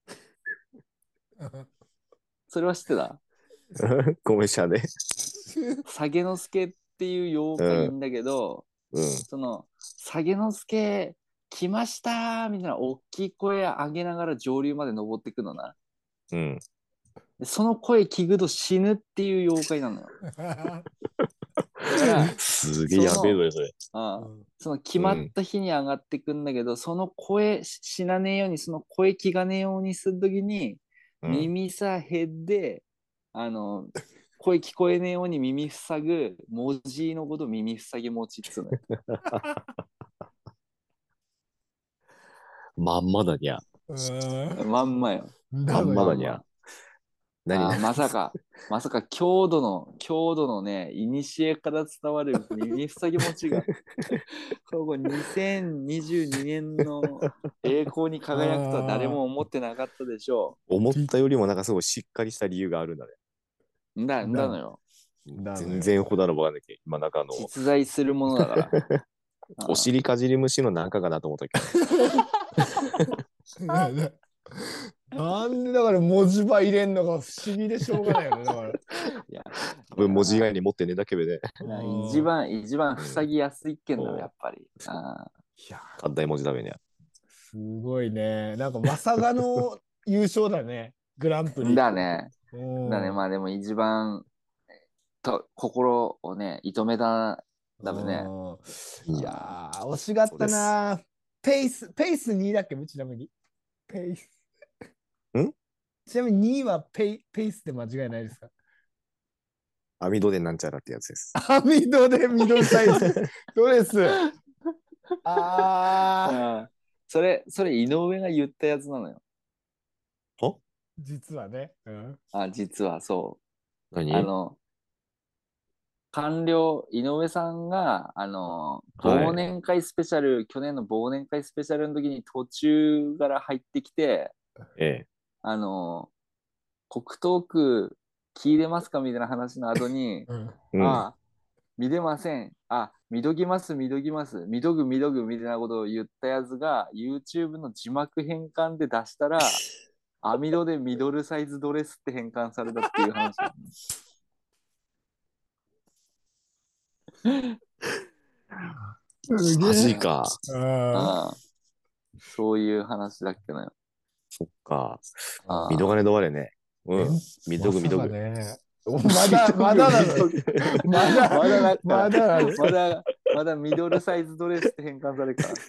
B: それは知ってた？
C: ごめんしゃね。
B: サゲノスケっていう妖怪いんだけど、
C: うん。
B: その、サゲノスケ来ましたーみたいな大きい声上げながら上流まで登ってくのな。
C: うん。
B: でその声聞くと死ぬっていう妖怪なのよ。だから、
C: すげえやべえぞよ、それ。
B: ああその決まった日に上がってくんだけど、その声し死なねえように、その声聞かねえようにするときに、
C: うん。
B: 耳さへで、あの、声聞こえねえように耳塞ぐ文字のこと耳塞ぎ餅っつうのよ。
C: まんまだにゃ。
A: うん
B: まんまよ。
C: まんまだにゃ。
B: まんま
C: 何
B: あーまさか、まさか郷土の、郷土のね、古から伝わる耳塞ぎ餅が、ここにせんにじゅうにねんの栄光に輝くとは誰も思ってなかったでしょ
C: 思ったよりもなんかすごいしっかりした理由があるんだね。
B: う。んだ、んだのよ。
A: だのよ
C: 全然ほだのわかんないけど、今なんかあの、
B: 実在するものだから。あー
C: お尻かじり虫のなんかかなと思ったけ
A: なんでだから文字場入れんのか不思議でしょうがないよね。だから。
B: いや、
C: ど、多分文字以外に持ってねえだけでね、
B: な一番、一番塞ぎやすいっけんだよ、やっぱり。あ
A: いや、
C: 簡単文字だめね。
A: すごいね。なんかまさかの優勝だね。グランプ
B: ー
A: リ。
B: だね。
A: うん
B: だね。まあでも一番と心をね、射止めただめね。
A: うんいやー、惜しかったな。ペース、ペースにいだっけちなみに。ペース。
C: ん
A: ちなみににいはペイペースで間違いないですか？
C: 網戸でなんちゃらってやつです。
A: 網戸でミドルサイズドレス。あ
B: あーそれ、それ井上が言ったやつなのよ。
C: は
A: 実はね。うん。
B: あ、実はそう。
C: 何
B: あの、官僚、井上さんが、あの、
C: はい
B: 忘年会スペシャル、去年の忘年会スペシャルの時に途中から入ってきて、
C: ええ。
B: あの、黒トーク聞いてますかみたいな話の後に、
A: うん。
C: うん。
B: あ、見れません。あ、見ときます、見ときます。見とく、見とく、みたいなことを言ったやつが、YouTube の字幕変換で出したら、網戸でミドルサイズドレスって変換されたっていう話だ、ね。
A: すげえ。
C: マジか。
A: あ
B: ああ、そういう話だっけなよ。
C: そっか。
B: あ
C: 見とかねとわれね。うん。見とく見とく。
A: まさかね。おまだ、まだなの。まだ、
B: まだだから
A: まだなの。
B: まだ、まだミドルサイズドレスって変換されるから。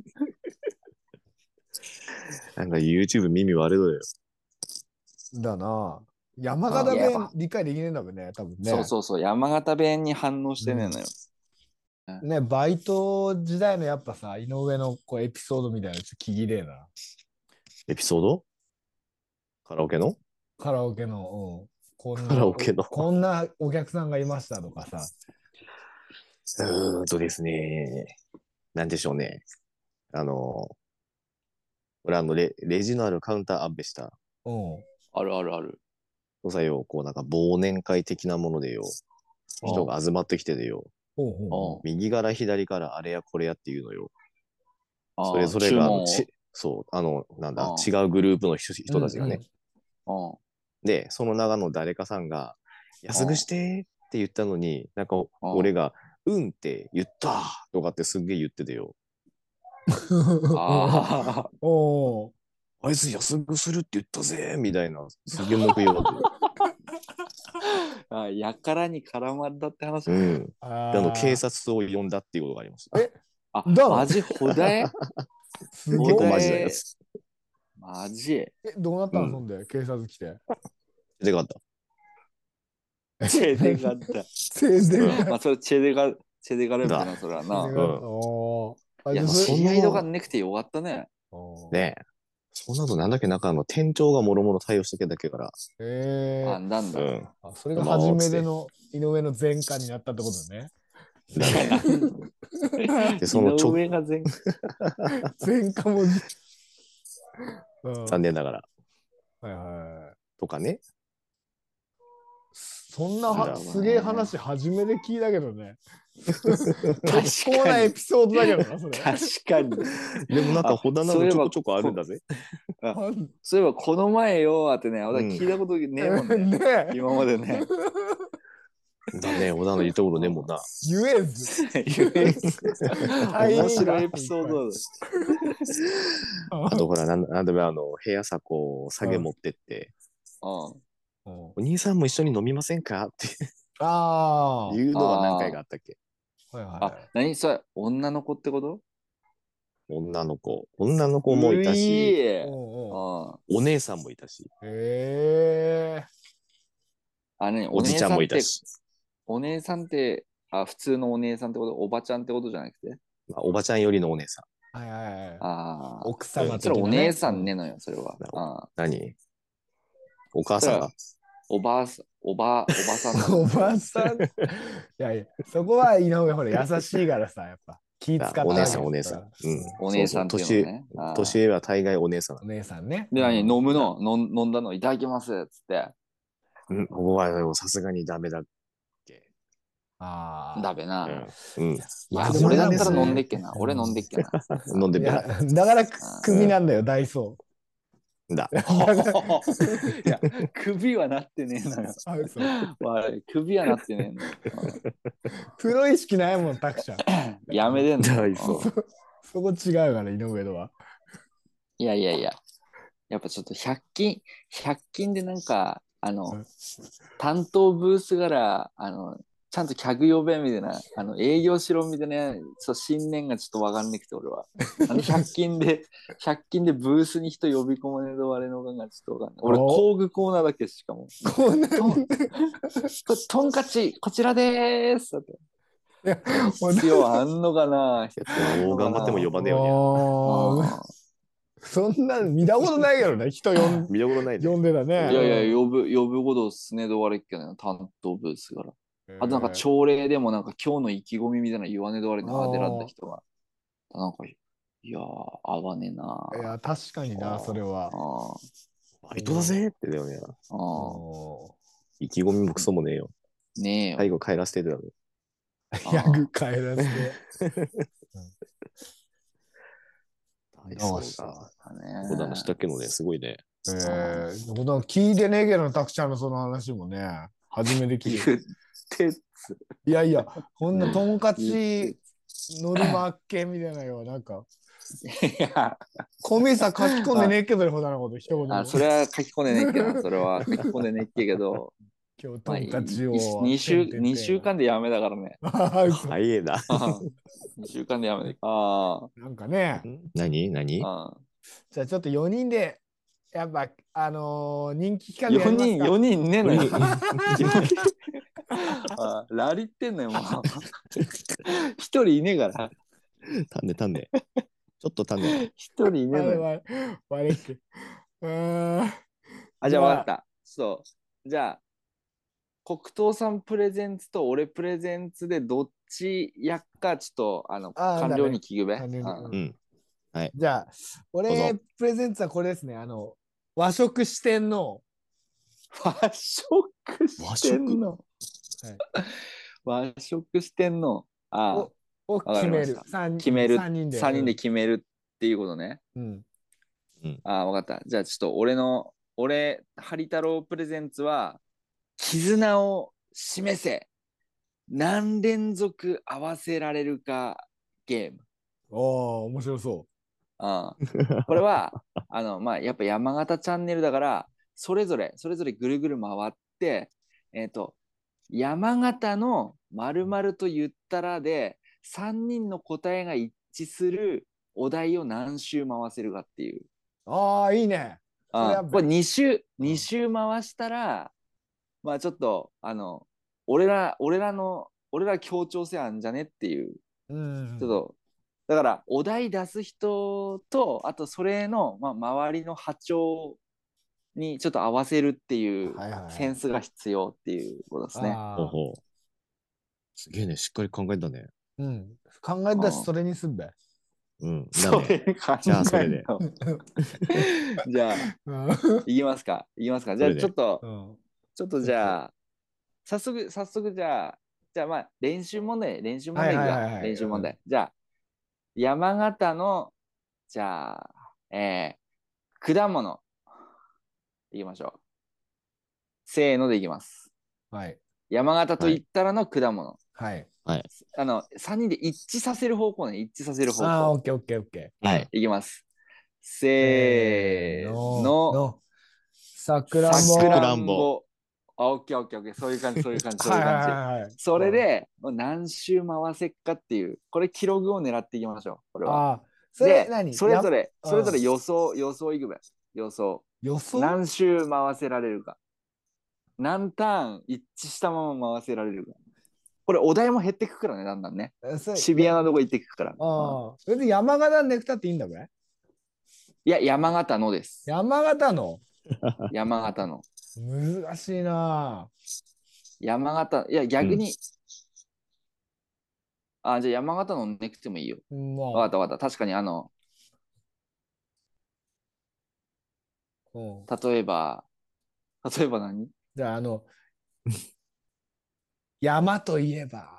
C: なんか YouTube 耳悪いのよ。
A: だな。山形
B: いや
A: 弁理解できねえんだもんね、多分ね。
B: そうそうそう、山形弁に反応してねえのよ。
A: ね、バイト時代のやっぱさ、井上のこうエピソードみたいなのちょっと聞きれえな。
C: エピソードカラオケの
A: カラオケの、うん、こんな
C: カラオケの
A: こんなお客さんがいましたとかさ。
C: うーんとですね。なんでしょうね。あの、俺あのレ、レジのあるカウンターアップした
A: うん。
B: あるあるある。
C: おさよ、こうなんか忘年会的なものでよ。人が集まってきてでよ。
A: ほうほうほ
C: 右から左からあれやこれやっていうのよ。
B: ああ
C: それぞれがあの
B: 注文を
C: ち、そう、あの、なんだ
B: あ、
C: 違うグループの人
A: う。
C: 人たちがね。
B: うん
C: で、その中の誰かさんが、安くしてって言ったのに、なんか
B: うん
C: 俺が、うんって言ったとかってすんげえ言っててよ。
B: あ
A: おお。
C: あいつ安くするって言ったぜみたいな、すげえ文句言われて。
B: あ、あやからに絡まったって話。
C: うん。
A: あ
C: であの、警
A: ー
C: 察を呼んだっていうことがありました。
A: え
B: あ、
A: だの
B: マジほだえ
A: すごい。
C: 結構マジなやつ。
B: マジ
A: え、どうなったの、
C: うん
A: そんで、警察来て。
C: でかった。
B: チェデガッタ。
A: 全然
C: うん
B: まあ、それチェデガ、チェデガルム
C: だ
B: な、それは
A: 全
B: な。
A: 然
C: うん
A: おーあ、
B: いや、
A: じゃあそれ
C: そんな
B: 知り合いとかなくてよかったね。
A: おー
C: ねえ。そんなのなんだっけ、なんかあの、店長がもろもろ対応してけだけから。
B: あ、
A: えー
B: なんだ。
C: うん。
A: あ、それが初めての井上の前科になったってことね。
C: だね。で、そ
B: 井
C: のちょ、
B: 上が全
A: 前科文字。うん
C: 残念ながら。
A: はいはい。
C: とかね。
A: そんなは
C: なんだろう
B: ね
A: すげえ話初めて聞いたけどね。
B: 確
A: 結構
B: かに。
A: なエピソードだけどな、それ。
B: 確かに。
C: でもなんか、
B: あ
C: ほだな
B: そういえば
C: のちょこちょこあるんだぜ。
B: あそういえば、この前よ、ってね、俺
C: うん
B: 聞いたことねえもんね。
A: ねえ。
B: 今までね。
C: だね、ほだな言ったことねえもんな。
A: 言えず。
B: 言えず
A: タイミング
B: 面白いエピソードだ。
C: あとほら、なんなんだろう、あの、部屋さ、こう、下げ持ってって、
B: うん
A: うん
C: お兄さんも一緒に飲みませんかって
A: あ
C: いうのが何回かあったっけ。
A: あ。はいは
B: あ、何それ、女の子ってこと
C: 女の子。女の子もいた
B: う
C: し、
B: い
A: い。おうおう
B: あ
C: お姉さんもいたし、
A: へえ。
B: あ、ね、お
C: おじちゃん
B: 姉さんって、
C: もいたし、
B: お姉さんって、あ、普通のお姉さんってこと、おばちゃんってことじゃなくて。
C: まあ、おばちゃんよりのお姉さ
A: はいはいはい。
B: ああ、
A: 奥様
B: それ
A: 的なね。
B: お姉さんねのよ、それは。
C: なるほ
B: ああ、
C: ん。何お母さんが
B: おばあさん、おば、おばさんなの
A: おばさん。いやいや、そこは井上ほら優しいからさ、やっぱ気使って
C: お姉さん、
A: あげる
C: お姉さん。うん。
B: お姉さんっていうのね。
C: そうそう年
B: ああ
C: 年上は大概お姉さん
A: お。姉さんね。
B: で、何、
A: うん
B: 飲むの飲ん飲んだのいただきますっつって。
C: うん、ここはでもさすがにダメだっけ。
A: ああ。
B: だべな。
C: うん。うん。
B: いや、
A: まあでも
B: 俺だったら
A: ね
B: 飲んでっけな。
A: うん
B: 俺飲んでっけな。
C: 飲んでみ
A: いや
C: た。
A: だからクビなんだよ、ダイソ
C: だ。
A: ー。
B: いや、首はなってねえのよ。
A: あ嘘
B: 悪い首はなってねえのよ。
A: プロ意識ないもん、タクちゃん。
B: うんやめてんのよ。
C: 大丈夫
B: うん
A: そこ違うから、井上とは。
B: いやいやいや。やっぱちょっとひゃく均、ひゃく均でなんか、あの、担当ブースから、あの、 ちゃんと客呼べみたいな、あの営業しろみたいな、そう信念がちょっとわかんなくて、俺は。なんでひゃく均で、ひゃく均でブースに人呼び込まねどわれのかがちょっとわかんない。俺、
A: お
B: 工具コーナーだけしかも。
A: こうなん
B: とんとんかち、こちらでーすだって。
A: いや
B: 必要あんのかな必要あん
C: どう
B: のかな
C: 頑張っても呼ばねえよ
A: もう
B: あ
A: そんな見たことないけどね、人呼ん
C: に。見どころないね。
A: 呼んでたね。
B: ーいやいや、呼ぶ、呼ぶことすねどわれっけね、担当ブースから。あとなんか朝礼でもなんか今日の意気込みみたいな言わねどわれにあでらった人が。なんか、いやー、合わねえなー。
A: いや、確かにな、それは。
B: あ
C: バイトだぜってだよね。
B: ーあー。
C: 意気込みもクソもねえよ。
B: ねえよ。
C: 最後帰らせてだろ。
A: ヤグ帰らせて。
C: はい、
A: ど
C: そうう
A: した
C: か。
B: ね
C: 小田したけどね、すごいね。
A: えー、なんか聞いてねえけど、たくちゃんのその話もね、初めて聞いて。
B: 言ってっつ。
A: いやいや、こんなとんか
B: 言っ
A: ちノルマ系みたいなよ、なんか、
B: いや、
A: コミさ書き込んでねえけど、ほどなこと、一言も。
B: あ、それは書き込んでねっけな。それは書き込んでねっけけど、
A: 今日、
B: まあ、
A: とんかちを。
B: 2週、
A: てんてんてん
B: 二週間でやめだからね。
C: 早えな。
B: にしゅうかんでやめて。あ
A: なんかね、
C: ん何何
B: あ。あ
A: じゃあちょっとよにんで、やっぱ、あのー人気企
B: あ。
A: 画やります
B: よにん、
A: か。
B: よにんねえのよ
C: よにん。
B: あラリってんのよ、もう。一人いねえから。
C: たんねたんね。ちょっとたんね。
B: 一人いねえのよ。
A: われわれっけ。うーん。
B: あ、じゃあ分かった。そう。じゃあ、黒糖さんプレゼンツと俺プレゼンツでどっちやっか、ちょっと、あの、
A: あー
B: 官僚に聞くべ。
A: 官僚に
B: うん
C: うん。
A: じゃあ、
C: ど
A: 俺
C: う、
A: プレゼンツはこれですね。あの、和食四天王。
B: 和食してんの。和食してんの。あ
A: をを
B: か
A: 決め
B: りました。
A: る三
B: 決める。
A: 三人で。
B: さんにんで決めるっていうことね。
A: うん。
B: ああ、わかった。じゃあちょっと俺の、俺、ハリ太郎プレゼンツは、絆を示せ。何連続合わせられるかゲーム。
A: おお、面白そ
B: ああこれは、あの、まあ、やっぱ山形チャンネルだから、それぞれ、それぞれぐるぐる回って、えっと、山形の〇〇と言ったらで、さんにんの答えが一致するお題を何周回せるかっていう。
A: う。ああ、いいね。それやっぱ
B: あこれに周、
A: うん
B: に周回したら、まあちょっと、あの、俺ら、俺らの、俺ら協調性あんじゃねっていう、
A: うん。
B: ちょっと、だからお題出す人と、あとそれの、まあ、周りの波長にちょっと合わせるっていう
A: はいはいはい
B: センスが必要っていうことですね。
A: ああ、
C: ほうほう。すげえね、しっかり考えたね。
A: うん。考えたし、それにすんべ。
C: うん。
B: そ
C: だね。
B: れ考え
C: じゃあそれで
B: のじゃあ、
A: うん
B: いきますか。いきますか。じゃ
C: それで
B: あちょっと、
A: うん
B: ちょっとじゃあ、早速、早速じゃあ、じゃあまあ練習問題、練習問題いくか
A: はいはいはいはい
B: 練習問題。じゃあ、山形の、じゃあ、えー、果物。いきましょう。せーのでいきます。
A: はい。
B: 山形と言ったらの果物。
A: はい。
B: あの、さんにんで一致させる方向ね。一致させる方
A: ああ、オ
B: 向。
A: ッケーオッケーオッケー。
B: はい、いきます。せーの。
A: の。さくらんぼ。
B: さく
C: さく
B: らんぼ
C: らんぼ。
B: あ、オッケーオッケーオッケー。そういう感じ、そういう感じ、そう
A: はいいうはい
B: 感じ。
A: はいはい。
B: それで、何周回せっかっていう、これ記録を狙っていきましょう。これは。
A: ああ、それ
B: で
A: 何
B: それぞれ、
A: や
B: それぞれ
A: うん
B: 予想、予想いくべ。予想。
A: 予想
B: 何周回せられるか。何ターン一致したまま回せられるか。これお題も減ってくからね、だんだんね。
A: えそれ
B: シビアなとこ行ってくから。うん
A: ああ、別に山形ネクタっていいんだべ
B: いや、山形のです。
A: 山形の
B: 山形の。
A: 難しいな
B: 山形、いや、逆に、あ、じゃあ山形のネクてもいいよ。
A: ぁ。まあ、
B: わかったわかった。確かにあの、
A: うん
B: 例えば、例えば何
A: じゃあ、あの、山といえば、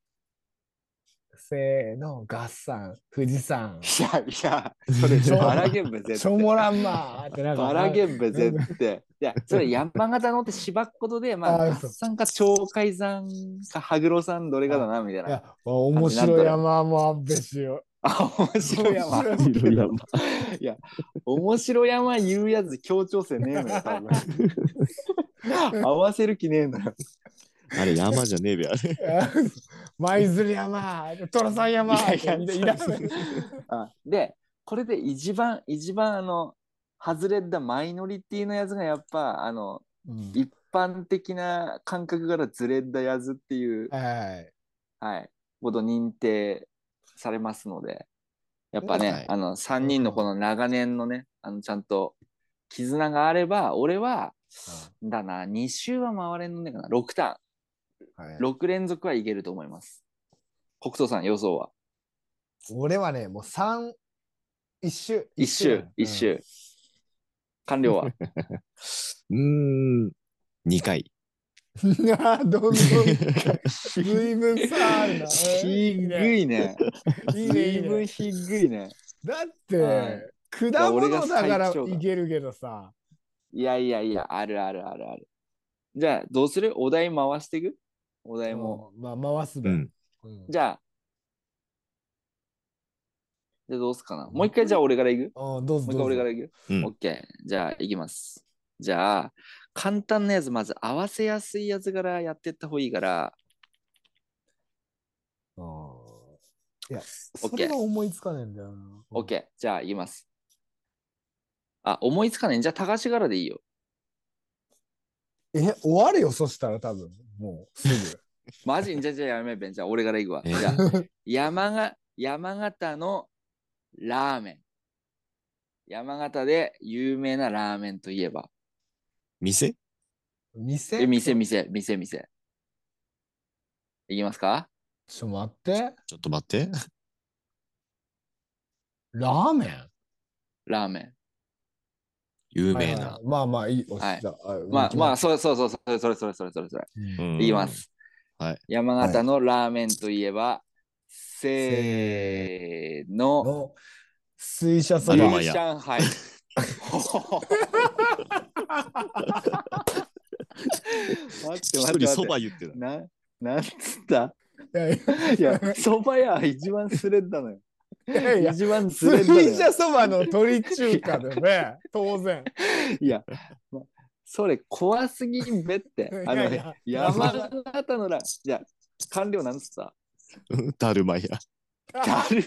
A: せーの、合算、富士山、
B: いや、いや、それ、
A: しょ
B: バラゲンブ絶
A: しょもらんまーってなんか。
B: バラゲンブ絶対。いや、それ山形のって縛くことで、まあ、合
A: あそう
B: 算か鳥海山か羽黒山どれかだな、みたいな。
A: いや、面白い山もあっべしよ。
B: あ、面白い山。
A: 面
C: 白い山
B: いや、面白い山言うやつ協調性ねえのよ、多分。合わせる気ねえのよ。
C: あれ山じゃねえべ、あれ。
A: 舞鶴山、寅さん山
B: いやいや
A: いらいらない
B: あで、これで一番、一番あの、外れたマイノリティのやつがやっぱ、あの、
A: うん
B: 一般的な感覚からずれたやつっていう、
A: はい。
B: はい、こと認定されますので、やっぱね、
C: はい
B: あの、さんにんのこの長年のね、あの、ちゃんと絆があれば、俺は、だな、に周は回れんのねえかな、ろくターン、
A: はい、
B: ろく連続はいけると思います。北斗さん、予想は
A: 俺はね、もう三一周。
B: 一周、一周。完了は
C: うーん、にかい。
A: うん、どんどん、ずいぶん差あるな。
B: ひっぐいね。
A: いいね、いい
B: ずいぶん
A: ね。
B: ひっぐいね。
A: だっ
B: は
A: て、
B: い
A: 果
B: 俺が
A: 物だから
B: 最長だ
A: いけるけどさ。
B: いやいやいや、あるあるあるある。じゃあ、どうするお題回していくお題も。
A: うんまあ、回すべ。
C: うん。
A: うん
B: じゃあ、じゃあどうすかな。もう一回じゃあ俺からいく
A: うん、どうぞ
B: もう一回
A: どうぞ。
B: 俺からいく
C: うん
B: オッケー。じゃあ、いきます。じゃあ、簡単なやつ、まず合わせやすいやつからやってった方がいいから、
A: うんいや、
B: オッケー
A: それが思いつかねえんだよな。
B: オッケー。じゃあ、いきます。あ、思いつかない。じゃあ、高橋からでいいよ。
A: え、終わるよ、そしたら多分。もう、すぐ。
B: マジじゃあ、じゃあやめべん。じゃあ、俺からいくわ。
C: え
B: じゃあ、山が、山形のラーメン。山形で有名なラーメンといえば。
C: 店
A: 店
B: え、店、店、店、店。いきますか
A: ちょっと待って。
C: ちょっと待って。
A: ラーメン
B: ラーメン。
C: 有名な
A: はいはいはい。まあまあいい。
B: はい
A: じゃあ
B: まあまあ、
A: そ
B: そうそうそう、それそれそれそれそれそれ。
A: うん
B: いきま。す。
C: はい。
B: 山形のラーメンといえば、せーの。
A: の水車そば
C: アルマ。
B: 牛上海。待って
C: 一
B: 待って
C: 人そ
B: 待って。
C: ば言ってた。
B: な、なんつった
A: いやい
B: いや、そば屋一番スレッだのよ。
A: やいや、
B: 一番スレッだの
A: 水車
B: よ。
A: そばの鶏中華でね、当然。
B: いや、まそれ怖すぎんべって。あの、
A: いやいや
B: 山形のら、じゃあ、完了なんつった
C: だるま屋。
B: だる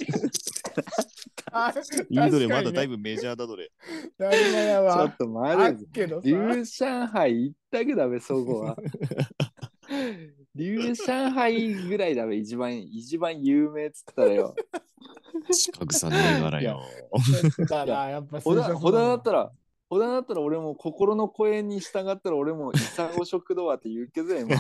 A: あ
C: いいどれ、まだ
A: 確かにね
C: だいぶメジャーだどれ。
A: だるま屋は
B: まい。ちょっと
A: あ
B: 待て
A: っけどさ。
B: 龍上海行ったけどダメ、そこは。龍上海ぐらいだべ、一番、一番有名っつったらよ。
C: 近くさねえからよ。
A: だな、やっぱ
B: 小田、小田だった
A: ら。
B: ら、小田だったら俺も心の声に従ったら俺もイサゴ食堂はって言うけど今。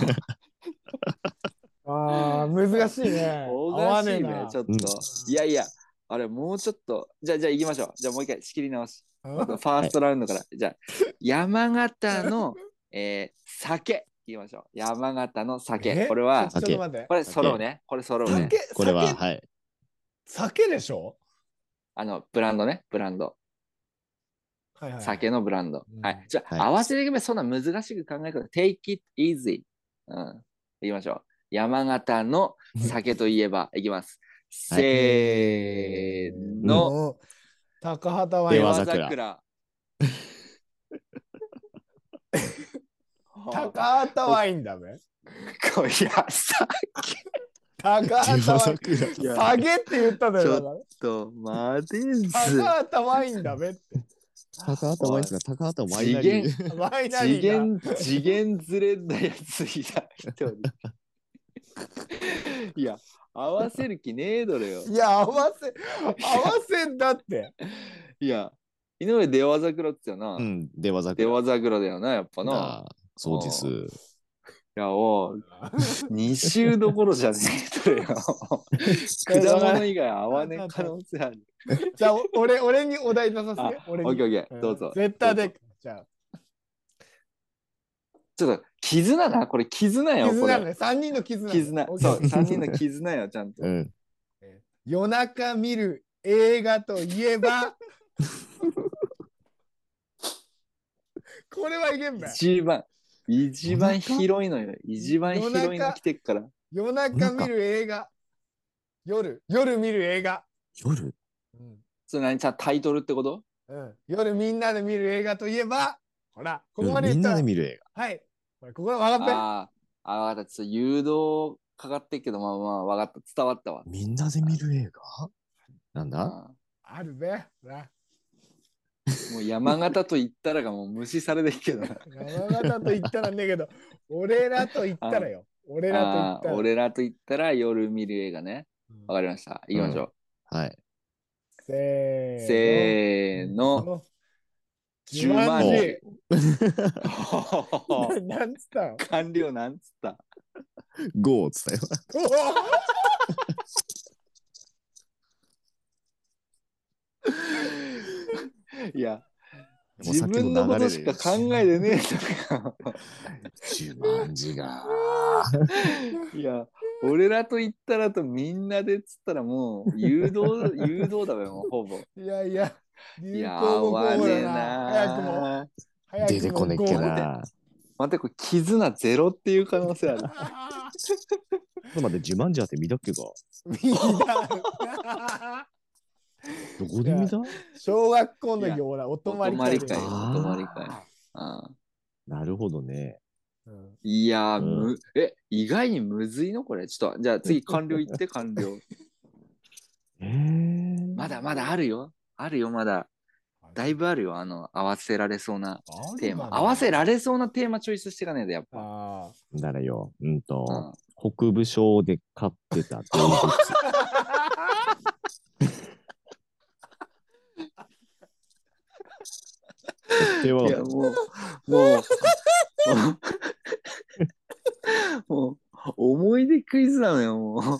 A: ああ、難しいね。
B: お
A: 合わ
B: かしいね
A: ねえな。
B: ちょっと。
C: うん
B: いやいや、あれもうちょっと。じゃあ、じゃあ行きましょう。じゃあもう一回仕切り直し。
A: うん
B: またファーストラウンドから。じゃあ、山形の、えー酒。行きましょう。山形の酒。
A: え
B: これは
A: ちょ、ちょっと待って
B: こ。れ揃うね。これ揃うね。
A: 酒、
C: これは、
A: 酒
C: はい。
A: 酒でしょ
B: あの、ブランドね。ブランド。
A: はいはい。
B: 酒のブランド。
A: うん
B: はい。じゃあ、
C: はい
B: 合わせていけばそんな難しく考える take it easy。うん。行きましょう。山形の酒といえば、いきます。
C: はい
B: せーの。
A: の、高畑は
C: 出
B: 出羽
C: 羽桜
B: 桜。
A: 高畑ワインだべ。
B: こいやさ
A: 高
C: 出羽
A: 畑ワイン。
C: 桜。
B: いや
A: 下げって言っただよ。
B: ちょ
A: だか
B: と待て
A: ら
B: ず
A: 高畑ワインだべって。
C: 高畑ワインですか高畑ワイナ
B: 次
C: リー。
B: 元
A: ワイナ
B: 次
A: リー
B: 元次元ずれたやついた一人いや合わせる気ねえだろよ
A: だ。いや、合わせ、合わせんだって。
B: いや井上出羽桜って言ったよな、
C: うん、出羽
B: 出
C: 桜。
B: 羽桜だよなやっぱな
C: ああそうです。
B: いやおう二週どころじゃねえとよ果物以外合わねえ可能性ある
A: じゃあ、俺、俺にお題出させて。
B: あ
A: 俺に。
B: オッケーオッケーどうぞ
A: 絶対で。じゃあ、
B: ちょっと絆なこれ絆よこれ
A: 絆ね。三人の絆。
B: 絆
A: オッケー
B: そう三人の絆よちゃんと
C: うん。
A: 夜中見る映画といえばこれはいけんべ。
B: 一番、一番広いのよ。一番広いの来てっから。
A: 夜中見る映画。夜、夜見る映画。
C: 夜
A: うん
B: それ何ちゃんタイトルってこと
A: うん、夜みんなで見る映画といえば、ほら、ここまで
C: みん
A: 言ったら、
C: なで見る映
A: はい。これここ分かっ
B: ああ、 あ、わかった。ちょっと誘導かかってっけど、まあまあ、わかった。伝わったわ。
C: みんなで見る映画なんだ
B: あ
A: あるべ。な
B: もう山形と言ったらがもう無視されてるけどな。
A: 山形と言ったらねえけど、俺らと言ったらよ。俺らと言
B: あー
A: ったら。
B: 俺らと言ったら夜見る映画ね。
A: うん
B: わかりました。行きましょう。
C: はい。
A: せー
B: せーの。
A: の。
B: ジュマンジ。
A: ななんつったの
B: 完了なんつった
C: ゴーっつったよ。
B: いや、
C: もう
B: 自分のことしか考えてねえとか。
C: ジュマンジが。
B: いや、俺らと言ったらとみんなでっつったらもう誘導、誘導だべ、もうほぼ。
A: いやいや、
B: いや、
A: 流行語候補
B: わねえ
A: だな。早くも。
B: な。
A: 早くも
C: 出てこねっけな。
B: 待って、これ、絆ゼロっていう可能性ある。
C: ちょっと待って、ジュマンジャーって見たっけか
A: みんな。
C: どこで見た
A: 小学校の時ほら、お泊まり会で。
B: お泊まり会よ、お泊まり会。あ
C: なるほどね。
A: うん
B: いやー、
C: うん
B: む、え、意外にむずいのこれ。ちょっと、じゃあ次、完了言って、完了。
C: えー、
B: まだまだあるよ。あるよ、まだ。だいぶあるよ、あの、合わせられそうなテーマ。合わせられそうなテーマチョイスしてかねえで、やっぱ。
A: あ
C: だらよ。うんと、
B: うん
C: 北部省で飼ってた動物。手はい
B: や、もう、もう、もう、思い出クイズなのよ、もう。わか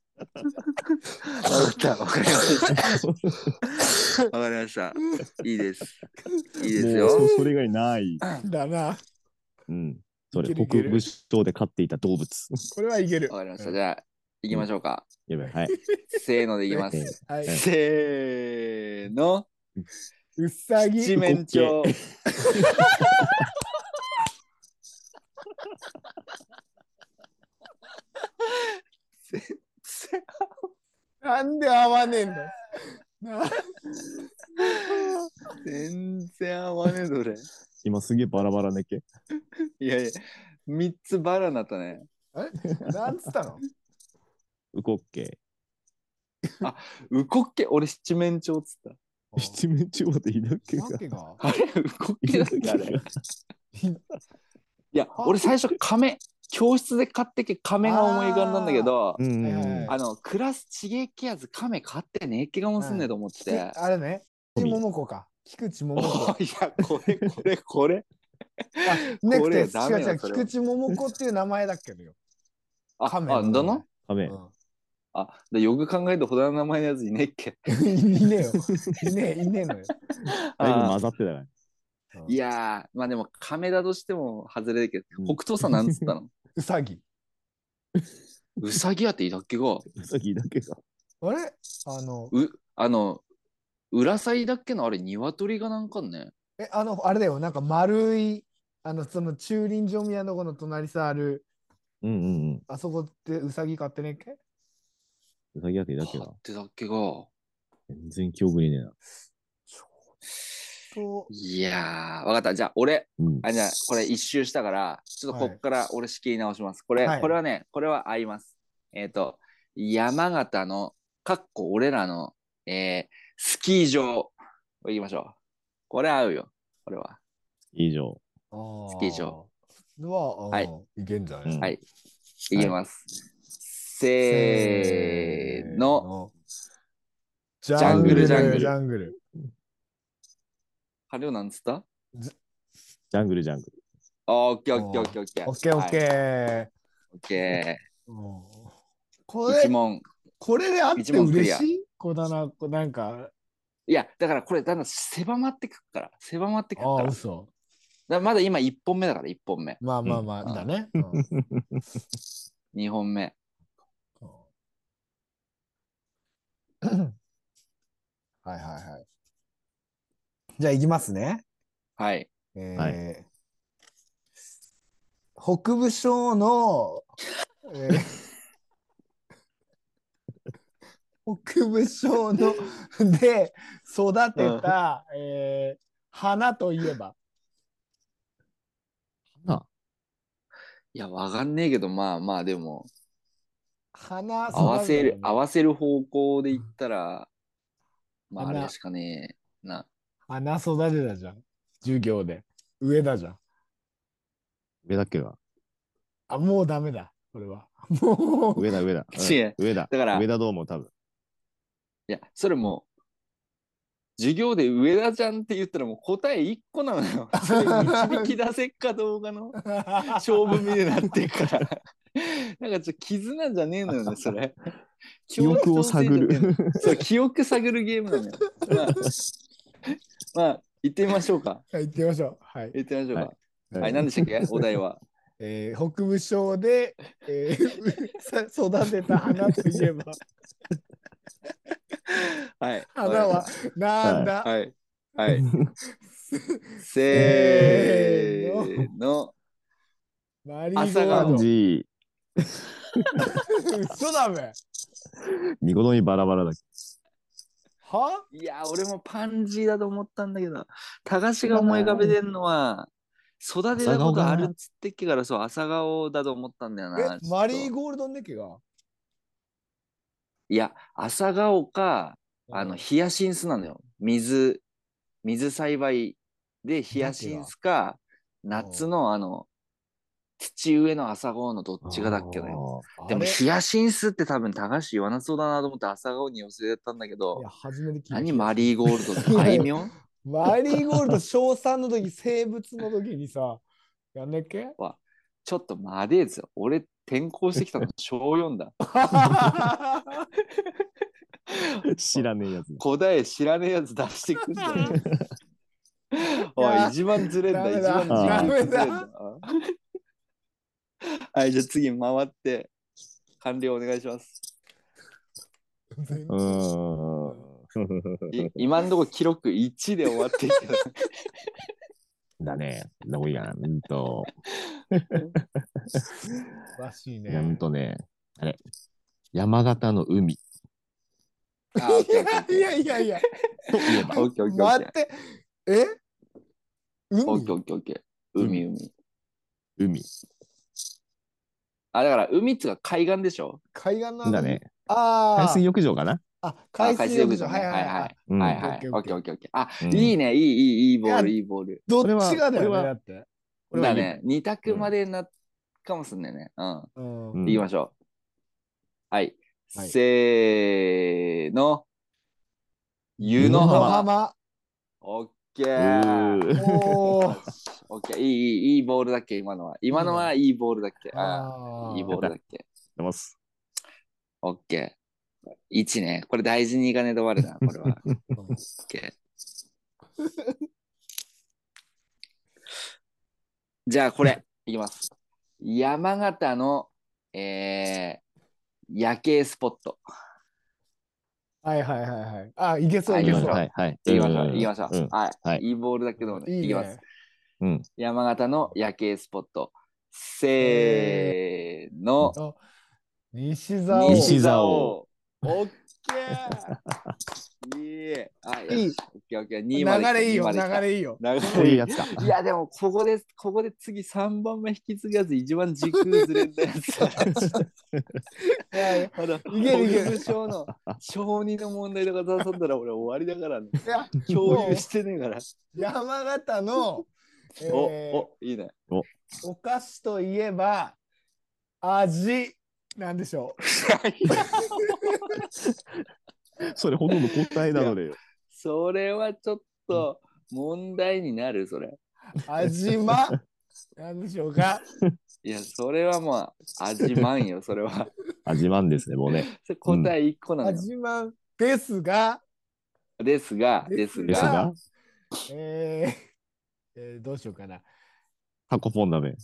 B: った、わかりました。わかりました。いいです。いいです
C: もう
B: よ。
C: そそれ以外ない。
A: だな。
C: うん。それ、
A: いけるいける
C: 北部省で飼っていた動物。
A: これはいける。
B: わかりました。じゃあ、行きましょうか。
C: やばい。はい。
B: せーのでいきま
C: え
B: す。
A: はい。
B: せーの。
A: うさぎ。
B: 七面鳥。全然
A: なんで合わねえんだよ。な
B: 全然合わねえどれ。
C: 今すげえバラバラねっけ。
B: いやいや、三つバラになったね。
A: えなんつったの
C: ウコッケ
B: ウコッケ、俺七面鳥っつった。
C: ー。七面鳥っていたっけか。
A: わけが
B: あれウコッケだっけあれ。いや、
A: あ
B: 俺最初亀、教室で買ってけ亀が思い浮かんだんだけど、
C: うんうん
A: はいはいはい
C: うん。
B: あの、クラスちげえけやず亀買ってねえ気がもすんねえと思って。
A: えあれね。菊池桃子か。菊池桃子。
B: おいや、これ、これ、これ。
A: あ、ネク
B: こ
A: テス。
B: れダメよ
A: 違う違う。
B: それは
A: 菊池桃子っていう名前だっけどよ。
B: あ、
A: 亀
B: あ、だな
C: カメ。
A: うん
B: あ、でよく考えると、ほだの名前のやついねえっけ。
A: いねえよ。いねえ、いねえのよ。
C: だいぶ
B: あ
C: 混ざってたから。
A: うん
B: いやー、まあでも、亀だとしても外れるけど、
C: うん
B: 北斗さんなんつったの
A: うさぎ。
B: うさぎやっていたっけが、
C: ウサギだけが。
A: あれあの、
B: う、あの、裏サイだっけのあれ、鶏がなんかね。
A: え、あの、あれだよ。なんか丸い、あの、その駐輪場みたいなとこの隣さある、
C: うんうんうん。
A: あそこってうさぎ飼ってねっけ
C: ウサギやってだけが
B: 買っ。てたっけが。
C: 全然記憶にねえな。
A: と、
B: いやー、わかった。じゃあ、俺、
C: うん。
B: あ、じゃあ、これ一周したから、ちょっとこっから俺仕切り直します。これ、
A: はい
B: これはね、これは合います。えっ、と、山形の、かっこ俺らの、えー、スキー場。行きましょう。これ合うよ。これは。
C: 以上。
A: ス
B: キー場
A: は、
B: はい
A: い。いけんじゃない、
C: うん
B: はい。いきます。せーの。
A: の。ジ
B: ャングル
A: ジャングル。
B: ジ
A: ジャングル。
B: あれをなんつった
C: ジャングルジャングル。
B: オッケーオッケーオッケーオッケー。
A: オッケーオッケ
B: はい
A: ー。
B: オッケ
A: うん
B: ー。
A: これ
B: 一、問。
A: これであって
B: 一問クリア
A: 嬉しいこだな、こなんか、
B: いや、だからこれ、だんだん狭まってくっから。狭まってくっ
A: ああ、
B: から。だか
A: 嘘。
B: らまだ今いっぽんめだから、いっぽんめ。
A: まあまあまあ、
B: うん
A: だね。うん
B: にほんめ。
A: はいはいはい。じゃあ、いきますね。
B: はい。
A: えー
C: はい
A: 北部省の、えー北部省ので育てた、えー花といえば。
C: 花
B: いや、わかんねえけど、まあまあ、でも、
A: 花
B: 合わせる、合
A: わ
B: わせる方向で言ったら、まあ、あ
A: 花
B: れしかねえな。
A: 花育てたじゃん。授業で。上だじゃん。
C: 上だっけが。
A: あ、もうダメだ。これは。もう。
C: 上だ、上だ。うん
B: 違う
C: 上だ。
B: だから
C: 上だどうも多分。
B: いや、それもう、授業で上田ちゃんって言ったらもう答えいっこなのよ。それ導き出せっかどうかの勝負みたいになってっから。なんかちょっと絆じゃねえのよね、それ。
C: 記憶を探る
B: 協調性じゃねえのそう、記憶探るゲームなのよ。まあ、まあ、行ってみましょうか。
A: はい、行ってみましょう。はい。
B: 行ってみましょうか。
C: はい
B: はい、何でしたっけお題は。
A: えー北部省で、えーさ育てた花といえば、
B: はい。
A: 花はなんだ、
B: はい。はい。
A: せ
B: せーの。
A: マリーゴ
B: 朝顔
A: ールド。
C: 漢字、
A: 嘘だべ。
C: ニコ動にバラバラだけ
A: はい
B: や、俺もパンジーだと思ったんだけど、高志が思い浮かべてんのは、育てたことあるっつってっけから、そう、朝顔だと思ったんだよな。
A: え、
B: ちょっと
A: マリーゴールドネケが
B: いや、朝顔か、あの、ヒヤシンスなのよ。水、水栽培でヒヤシンスか、夏のあの、土植えの朝顔のどっちがだっけのよ。でも、
A: あれ
B: ヒヤシンスって多分高橋言わなそうだなと思って朝顔に寄せたんだけ
A: い
B: ど
A: や、、初めて聞いた。
B: 何マリーゴールドってあいみょん
A: マリーゴールド小さんの時、生物の時にさ、やんねっけ
B: は、ちょっと待てですよ。俺、転校してきたの小よんだ。
C: 知らねえやつ。
B: 答え知らねえやつ出してくんだよ。おい、
A: いや
B: 一番ずれんだ、
A: ダメだ
B: 一番時
C: ダ
A: メだ
B: 給ずれんだ。はい、じゃあ次回って、完了お願いします。
A: 全然
C: うーん。
B: い今んとこ記録いちで終わってるけど。
C: だね。どこいいかな。うんと、
A: 詳しいね。
C: うんとね、あれ。山形の海
B: あ、オッケーオッケーオッケー。
A: いやいやいや、
C: といえば、
B: オッケーオッケーオッケ
A: 待って、え
B: ー。
A: 海
B: オッケーオッケーオッケー。海、海。
C: 海。
B: あ、だから海っつうか海岸でしょ
A: 海岸のあの
C: だね。
A: あー
C: 海水浴場かな。
A: あ、
B: あ
A: 海水浴場。
B: ね。
A: はいはいはい。
B: はい
C: うん
B: はいはい。
A: オッケーオッケー
B: オッケーオッケーオッケー。あ、
C: うん
B: いいね。いいいいいいボール、
A: いや
B: いいボール。
A: どっちがだよね、
C: これは
A: だって。
C: これはいい
B: だね。二択までなっかもしんないね。うん。
A: うん
C: うん
B: 行きましょう。はい。
A: はい
B: せーの。湯
C: 湯の
B: の浜。
A: 浜。
B: オッケ
C: う
B: ー。
C: ー
A: おー
B: よしオッケー。いい、いい、いいボールだっけ、今のは。今のはいいボールだっけ。あ
A: あ
B: あ、いいボールだっけ。
C: 出ます。
B: オッケー。いちね。これ大事にいかねえと終わるな、これは。オッケー。じゃあ、これ、いきます。山形の、えー、夜景スポット。
A: はいはいはいはい。あ、いけそう
B: はい
A: いけそう。
C: はいはい。
B: 行きましょう、
C: ん
B: 行きましょう。
C: うん
B: はい。
C: はい
B: いいボールだけどね。
A: いい
B: いきます
A: ね。。
C: うん。
B: 山形の夜景スポット。せーの。
A: あ西沢
B: 西
C: 沢
B: 沢。オッケー。いい。あ、よし。
A: いい
B: オッケーオッケー。にまで来た。
A: 流れいいよ、流
B: にまで来た
A: れいいよ。
B: 流
C: そう
B: れいい。
C: いうやつか。
B: いや、でも、ここで、ここで次さんばんめ引き継ぐやつ、一番時空ずれんだやつ。
A: いやいや
B: まだ、
A: いけるいける
B: 北部省の小児の問題とか出さんだら俺終わりだからね。
A: いや
B: 共有してねえから。
A: 山形の、
B: お、
A: えー
B: お、いいね。
A: お菓子といえば味なんでしょ
C: それほとんど答えなので。
B: それはちょっと問題になる、それ。
A: う。味まなんでしょうか。
B: いや、それはもう味まんよ、それは。
C: 味まんですね、もうね。
B: それ答えいっこなのよ。
A: 味まですが、
B: ですが、
A: で
B: ですす
C: です
B: が、
C: が、
A: えーえーどうしようかな。
C: タコポン鍋。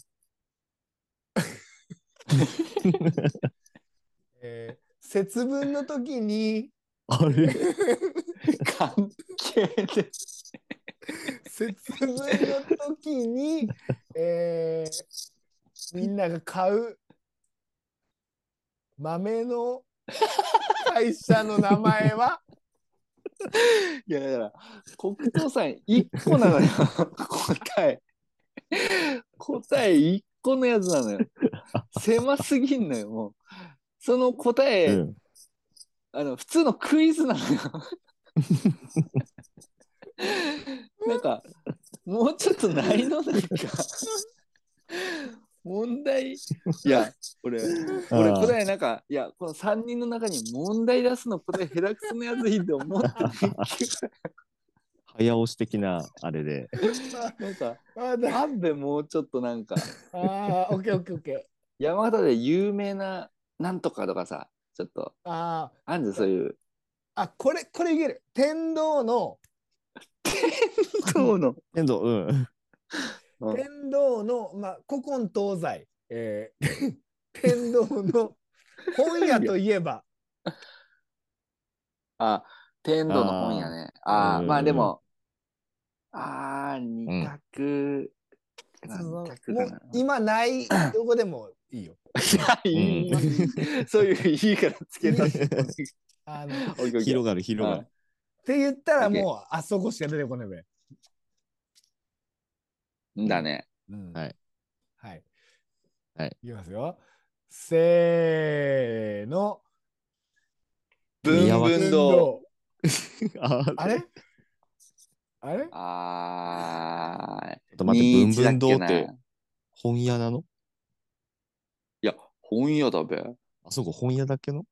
A: えー節分の時に
C: あれ
B: 関係で。
A: 節分の時に、えーみんなが買う豆の会社の名前はい
B: や、だから、黒糖さんいっこなのよ、答え。答えいっこのやつなのよ。狭すぎんのよ、もう。その答え、
C: うん。
B: あの、普通のクイズなのよ。なんか、もうちょっとないのなんか、問題、いや、俺、俺
C: あー
B: 答えなんか、いや、このさんにんの中に問題出すの答え下手くそのやついいと思ってて、
C: 早押し的なあれで。
B: なんか、
A: あだ
B: アンベもうちょっとなんか、
A: あー、オッケーオッケーオッケ
B: 山形で有名ななんとかとかさ、ちょっと、
A: ー。あ
B: あんじゃんそういう、
A: あ、あ、これ、これいける。天童の、
B: そうの。
C: けど、うん。
B: うん
A: 天童の、まあ、古今東西、えー、天童の本屋といえば、
B: あ、天童の本屋ね。ああ、まあで
C: うん
B: も、ああ、二
C: うん
B: 択。
A: そ
B: 二
A: のもう
B: 択かな。
A: 今ないどこでもいいよ。
B: いや、いい、そういういいからつけさせてもらう。
A: あの、っ
B: オッケーオッケー
C: 広がる広がる。
A: て言ったら
B: オッケー
A: もう、あそこしか出てこないべ。
B: うんだね。
A: うん
C: はい。
A: はい。
C: はい。
A: いきますよ。せーの。
B: ブンブン堂。
C: あ
A: あれあれ
B: あー、
C: ちょっと待って、ブンブン堂っ
B: にいちだ
C: て
B: けな。
C: 本屋なの？
B: いや、本屋だべ。
C: あそこ本屋だっけの？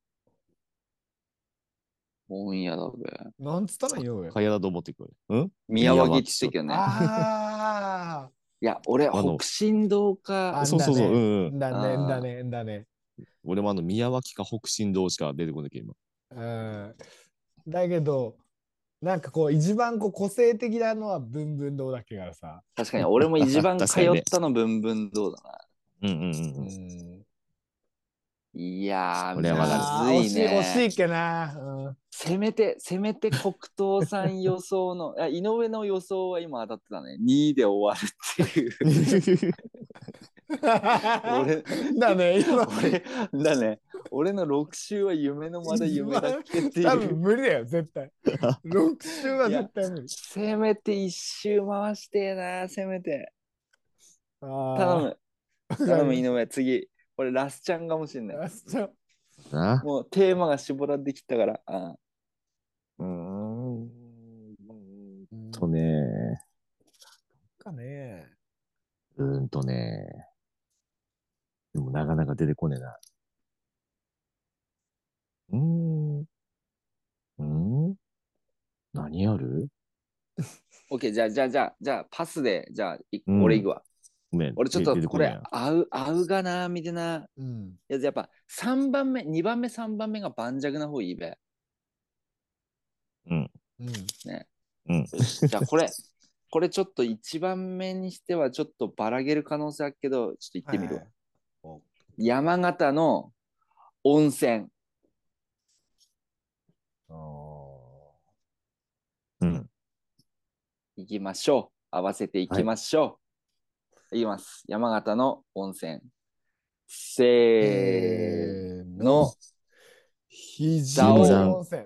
B: 本屋だべ。
A: なんつったのよ。
C: 酒屋だと思ってくる。うん
B: 宮脇って言ってけどね。
A: あ
B: いや、俺、
C: あの
B: 北進堂
A: あ。
B: か。
A: あんだ
C: そうそうそう、う
A: ね。
C: んうん。
A: だね、
B: あー
A: だね、だね。
C: 俺もあの、宮脇か北進堂しか出てこないけど、
A: うん。だけど、なんかこう、一番こう個性的なのは文文堂だけからさ。
B: 確かに、俺も一番通
C: 確かにね
B: ったのブンブン堂だな。
C: 今。うんうん
A: う
C: うんうん。
A: ん。
B: いやー、
C: これはわかる
A: ああ、
B: むずい
A: 惜しい、惜しい
B: ね。
A: っけな。うん。
B: せめて、せめて黒糖さん予想の、いや井上の予想は今当たってたね。にいで終わるっていう。俺、
A: だね、今、
B: 俺、だね。俺のろく週は夢のまだ夢だっけって
A: 多分
B: いう。
A: 無理だよ、絶対。ろく週はい
B: や
A: 絶対無理。
B: せめて一周回してえな、せめて。頼
A: あ
B: む、
A: あ、
B: 頼む、井
A: わ
B: 上、次。これラスちゃんかもしんない。
A: かりました。
C: な。
B: もうテーマが絞られてきたから。あ
C: うーん。うーんと
A: うん
C: ね、
A: かね。
C: うーんとね、でもなかなか出てこねえな。うーん。うーん何ある？
B: オッケー、じゃあ、じゃあ、じゃあ、じゃあ、パスで、じゃあ、い
C: うん
B: 俺行くわ。
C: ごめん。
B: 俺ちょっ
C: で
B: とこれ
C: 出てこねえや。
B: 合う、合うがな、みたいな
A: うん。
B: やつ、やっぱさんばんめ、にばんめ、さんばんめが盤石な方いいべ。
C: うん。
A: うん。
B: ね。
C: うん。
B: じゃあこれ、これちょっといちばんめにしてはちょっとばらげる可能性あるけど、ちょっと行ってみるわ。
A: はいお
B: 山形の温泉。
A: お
C: うん。
B: 行きましょう。合わせていきましょう。いきます。山形の温泉。せー
A: せーの
B: の。。
A: ひじ
B: 蔵王
A: 温泉。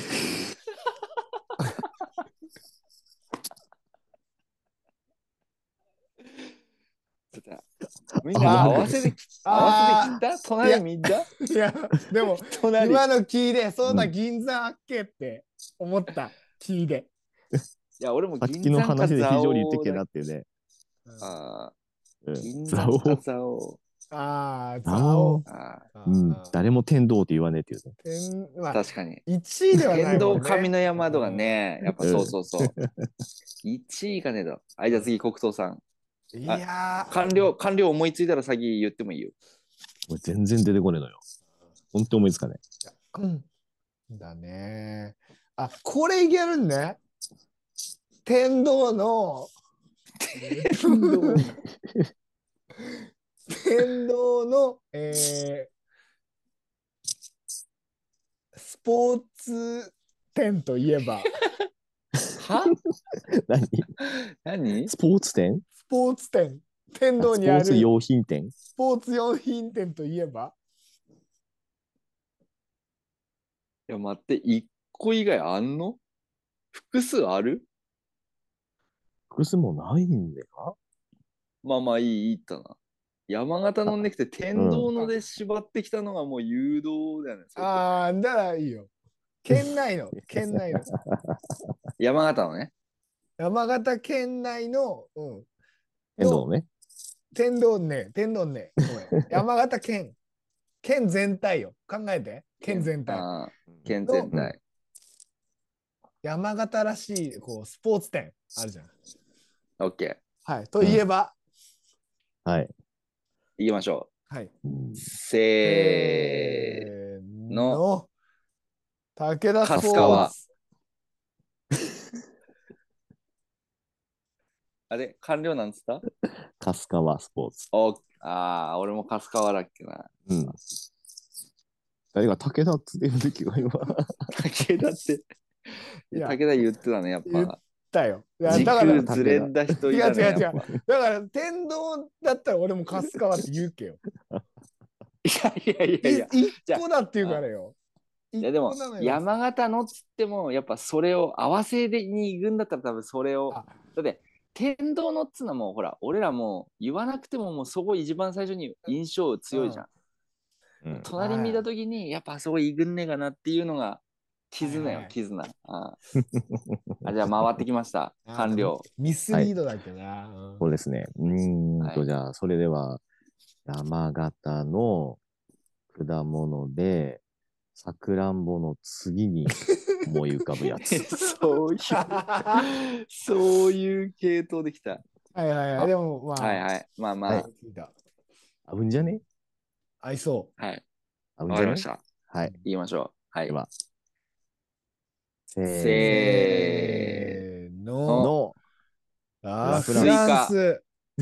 B: ちょっとみんな合わせてき、合わせてきた隣みんな。
A: いや、でも、
B: 隣。
A: 今のキーで、そうだ、
C: うん
A: 銀座あっけって思った。キーで。
B: いや、俺も
C: さっきの
B: 銀山か
C: 話で非
B: 蔵
C: 常に言ってけ
B: 王だ。
C: なっていうね。
B: あ
C: うん
B: ー銀
C: 蔵
B: 山か
C: 王。
B: 蔵王。
A: ああ、
C: 蔵
A: 蔵王
C: 王。。
B: あ
C: うん。誰も天道って言わねえっていうね。
A: 天ま
B: ー
A: あ、
B: 確かに。
A: いちいではない
B: 天童
A: もんね。
B: 上の山とかね、やっぱ
C: うん
B: そうそうそう。いちいがねえだ。はい、じゃあ次、黒糖さん。
A: うん。いやー、
B: 完了、完了思いついたら先言ってもいいよ。
C: もう全然出てこねえのよ。本当思いつかね
A: うん。だね。あ、これいけるんね。天童の、天童天童の、えー、スポーツ店といえば、
B: は
C: え。何
B: 何
C: スポーツ店？
A: スポーツ店、天
C: あ
A: 童にある
C: スポーツ用品店？
A: スポーツ用品店といえば、
B: いや、待って、一個以外あんの？複数ある？
C: 複数もないんだよ。
B: まあまあいい、いいったな。 山形のんできて天童ので縛ってきたのがもう誘導だよね。それ
A: ああ、だからいいよ。県内の、県内の。
B: 山形のね。
A: 山形県内の、うん。
C: 天童ね。
A: 天童ね、天童ね。ごめん。山形県。県全体よ。考えて。県全体。
B: あー県全体。
A: 山形らしい、こう、スポーツ店あるじゃん。
B: オッケ
A: はい。といえば、
C: はい。
B: ー。行きましょ
A: はい。
B: う。せ
A: せー
B: ーの。
A: の。武田スポー
B: 春日は
A: ツ。
B: あれ完了なんつった
C: 春日はスポーツ。
B: おああ、俺も春日はだっけな。
C: うん。誰が武田っつってる時は今。
B: 武田って。
A: いや
B: 武田言ってたね、やっ
A: 言っ
B: ぱ。
A: たよ。いや
B: 時
A: だから、
B: 空ずれんだ人い
A: 違う
B: たね、
A: 違う違う。
B: やっぱ。
A: だから、天童だったら俺も春日はって言うけよ。
B: いやいやいやいや。
A: い一個だって言うからよ。
B: いやでも
A: 一個なのよ
B: 山形のっつってもやっぱそれを合わせでに行くんだったら多分それを
A: あ
B: だって天童のっつうのはもうほら俺らもう言わなくてももうそこ一番最初に印象強いじゃん、
C: うん。
B: 隣見た時にやっぱあそこ行くんねえかなっていうのが絆
A: はいはい
B: よ絆、ああじゃあ回ってきました完了。
A: ミスリードだけどな。うん
C: そうですね。うーんと、
B: はい
C: じゃあ、それでは、山形の果物で、さくらんぼの次に思い浮かぶやつ。
B: そういうそういう系統できた。
A: はいはいはい。
B: あ
A: でも、まあ、
B: はいはいまあまあ
C: はい
A: 聞いた
C: 合うんじゃね
A: 合いそ
B: はい
C: 合うんじゃね
B: わかりました
C: はい。
B: 言いましょうはい
C: では、せ
A: う。
C: ー
A: せーの。
C: の、
A: あー
C: ラフランス
A: フランス。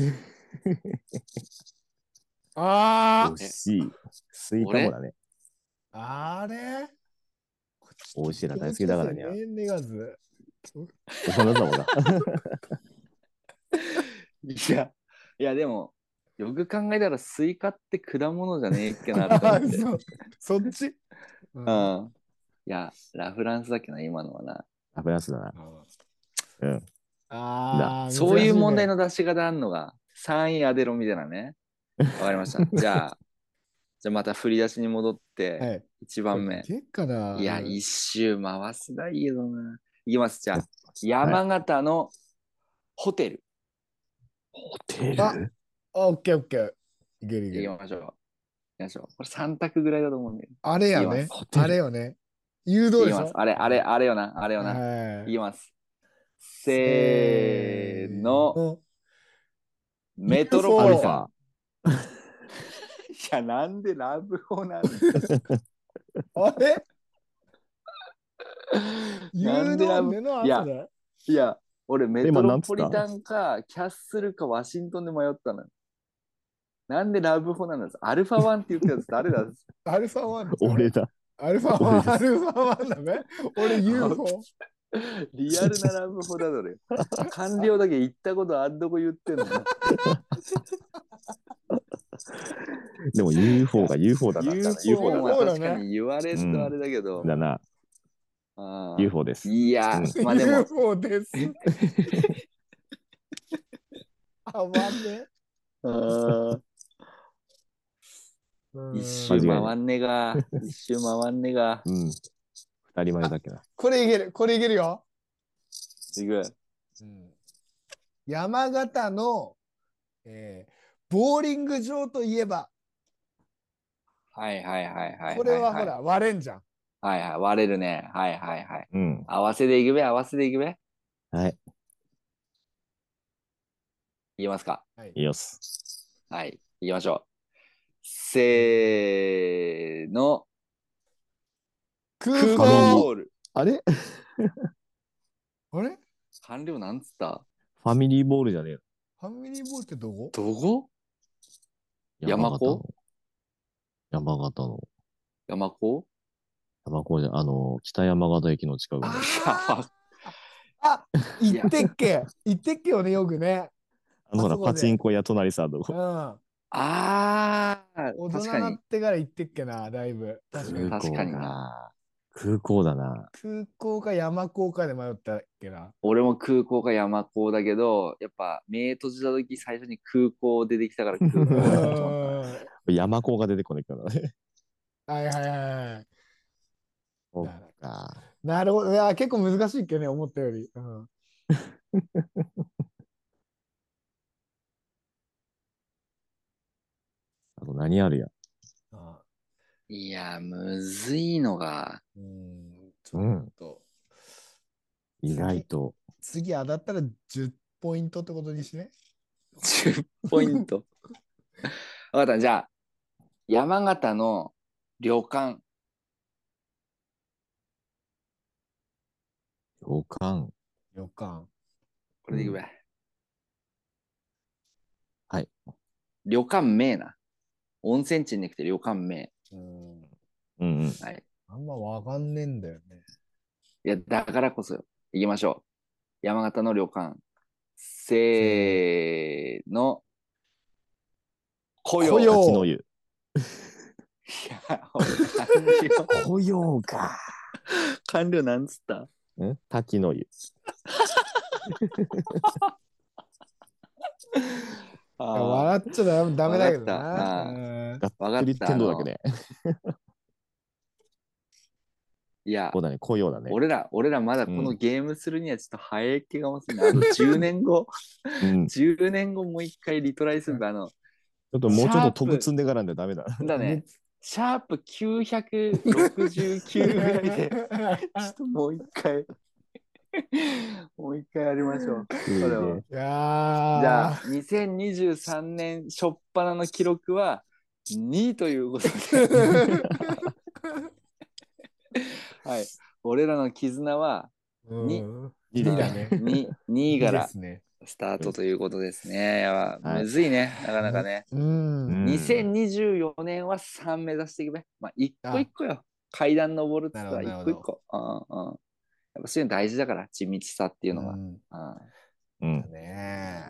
A: あ
C: 惜しい。スイカもだね。
A: あ、あれ
C: 大石ら大好きだからにゃ。
A: メンネガズ。
C: そんなだもんな。
B: いや、いやでも、よく考えたらスイカって果物じゃねえっけなって思って。
A: そそっち、う
B: うんん。いや、ラフランスだっけな、今のはな。
C: ラフランスだな。うん。
A: ああ、
B: そういう問題
A: の。
B: の出し方あんのが、さんい当てろみたいなね。わかりました。じゃあ、じゃあまた振り出しに戻って、
A: はい。
B: いちばんめ。
A: 結果だ。
B: いや、
A: うん
B: 一周回すだいいけどな。いきます。じゃあ、山形のホテル。
C: ホテル
A: あオッケーオッケー。いけるいけ
B: いき
A: る。
B: ましょう。いきましょう。これさん択ぐらいだと思うんだよ。
A: あれやね
B: いきます。
C: ホテル
A: あれよね。誘導でしょ。
B: いきます。あれ、あれ、あれよな。あれよな。
A: はい
B: きます。せーの。メトロポリタン。いや、なんでラブホなんだ
A: あれ
B: なんでラブ
A: 誘導での
B: いや
A: 後だ。
B: いや、俺メト
C: 今なんつった
B: ロポリタンかキャッスルかワシントンで迷ったのよ。なんでラブホなんですアルファワンって言ったやつ誰だ
A: アルファワン。
C: 俺だ。
A: アルファワン、アルファワンだね。俺 ユーフォー。
B: リアルなラブホだぞれ。官僚だけ言ったことあんどこ言ってんの。
C: でも ユーフォー が ユーフォー だな。
B: ユーフォー
C: ユーフォー
B: は
A: そうだね
B: 確かに言われるとあれだけど。
C: だな。
B: あー
C: ユーフォー です。
B: いや、
C: うん
B: まあでも、
A: ユーフォー です。あ、わね。
B: あー
A: うん
B: 一周回んねが、一周回んねが。
C: うん。二人前だっけな。
A: これいける、これいけるよ。
B: いく。
A: 山形の、えーボーリング場といえば、
B: はいはいはいはい。
A: これはほら、割れんじゃん。
B: はいはい、割れるね。はいはいはい。
C: うん。
B: 合わせでいくべ、合わせでいくべ。
C: はい。
B: いきますか。
C: いいよす。
B: はい、いきましょう。せーの。
A: 空
B: 空港
A: 港。
B: ボール。
C: あれ
A: あれ
B: 完了なんつった
C: ファミリーボールじゃねえの。
A: ファミリーボールってどこ
B: どこ山
C: 形
B: 子
C: の山形の。
B: 山子
C: 山子じゃ、あの、北山形駅の近くの。
A: ああ、行ってっけ行ってっけよね、よくね。
C: あの、ほら、
A: あそこで
C: パチンコ屋隣さ、どこ。
A: うん。
B: ああ、
A: 大人
B: 確かに。
A: になってから行ってっけな、だいぶ。確かに。
B: 確かに
C: 空港か空港だな。
A: 空港か山港かで迷ったっけな。
B: 俺も空港か山港だけど、やっぱ目閉じた時最初に空港出てきたから空港だなと思った。
C: 山高が出てこないからね。
A: はいはいはいはい。
C: そっか。
A: なるほど。いや、結構難しいっけね、思ったより。うん、
C: あと何あるや。
A: あ
B: いや、むずいのが。
A: うん、ちょっと。
C: 意外と。
A: 次当たったらじゅうポイントってことにしね。
B: じゅうポイント。わかった。じゃあ、山形の旅館。
C: 旅館。
A: 旅館。
B: これでいくべ。
C: はい。
B: 旅館名な。温泉地に来て旅館名。
A: うん。
C: うんうん。
B: はい。
A: あんまわかんねえんだよね。
B: いや、だからこそよ。行きましょう。山形の旅館。せーの。雇用。
A: 雇用
C: 滝の湯。
B: いや、完了。
C: 雇用か。
B: 完了なんつった
C: ん滝の湯。
A: いや笑っちゃダメダメだけど
B: わかった
A: な。
B: あ
A: うん
C: がっつり天童だけね。
B: いや
C: そう、だね、雇用だね。
B: 俺ら、俺らまだこのゲームするにはちょっと早い気がますね。あのじゅうねんご、
C: うん。
B: じゅうねんごもう一回リトライするんだ。あの、
C: ちょっともうちょっと飛ぶ積んでからんでダメだ。
B: だね、シャープきゅうひゃくろくじゅうきゅうぐらいで、ちょっともう一回、もう一回やりましょう。それを。
A: い
B: じゃ
A: や
B: あ、にせんにじゅうさんねん初っ端の記録はにいということで。はい。俺らの絆はに、
A: うん
C: に
A: にだね。
B: に、にか
A: で
B: ら
A: すね。
B: スタートということですね。いや
C: はい
B: むずいね、なかなかね。
A: うん。
C: うん
B: にせんにじゅうよねんはさん目指していくべ。まあ、一個一個よ。階段登るっつったら一個一個。うんうん。やっぱそういうの大事だから、地道さっていうのが。
A: う
B: うん
A: ん
C: うん。
A: だね。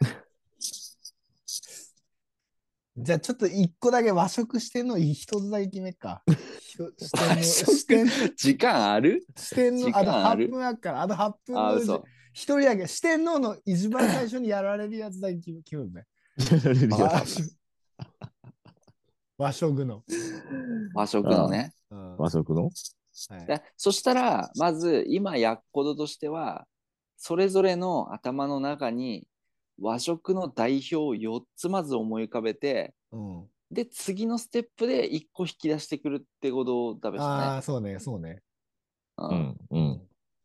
A: じゃあちょっと一個だけ和食してんの一つだけ決めっか。ひと視点の、
B: 和食
A: 視点の、
B: 時間ある
A: 視点の、
B: 時
A: あと8
B: 間ある
A: 分あっから、あとはっぷん
B: あ、
A: のうち、
B: 嘘。
A: 一人だけ、四天王の一番最初にやられるやつだけ決め決めるね。和食和食の。
B: 和食のね。
A: うん
C: 和食の
A: はい
B: でそしたら、まず今やっこととしては、それぞれの頭の中に和食の代表をよっつまず思い浮かべて、
A: うん
B: で、次のステップでいっこ引き出してくるってことだべしたね。
A: ああ、そうね、そうね。
B: う。
C: うんんうん。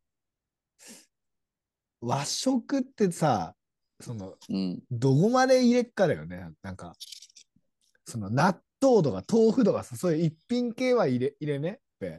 A: 和食ってさ、その、
B: うん。
A: どこまで入れっかだよね。なんか、その納豆とか豆腐とかさ、そういう一品系は入れ、入れねって。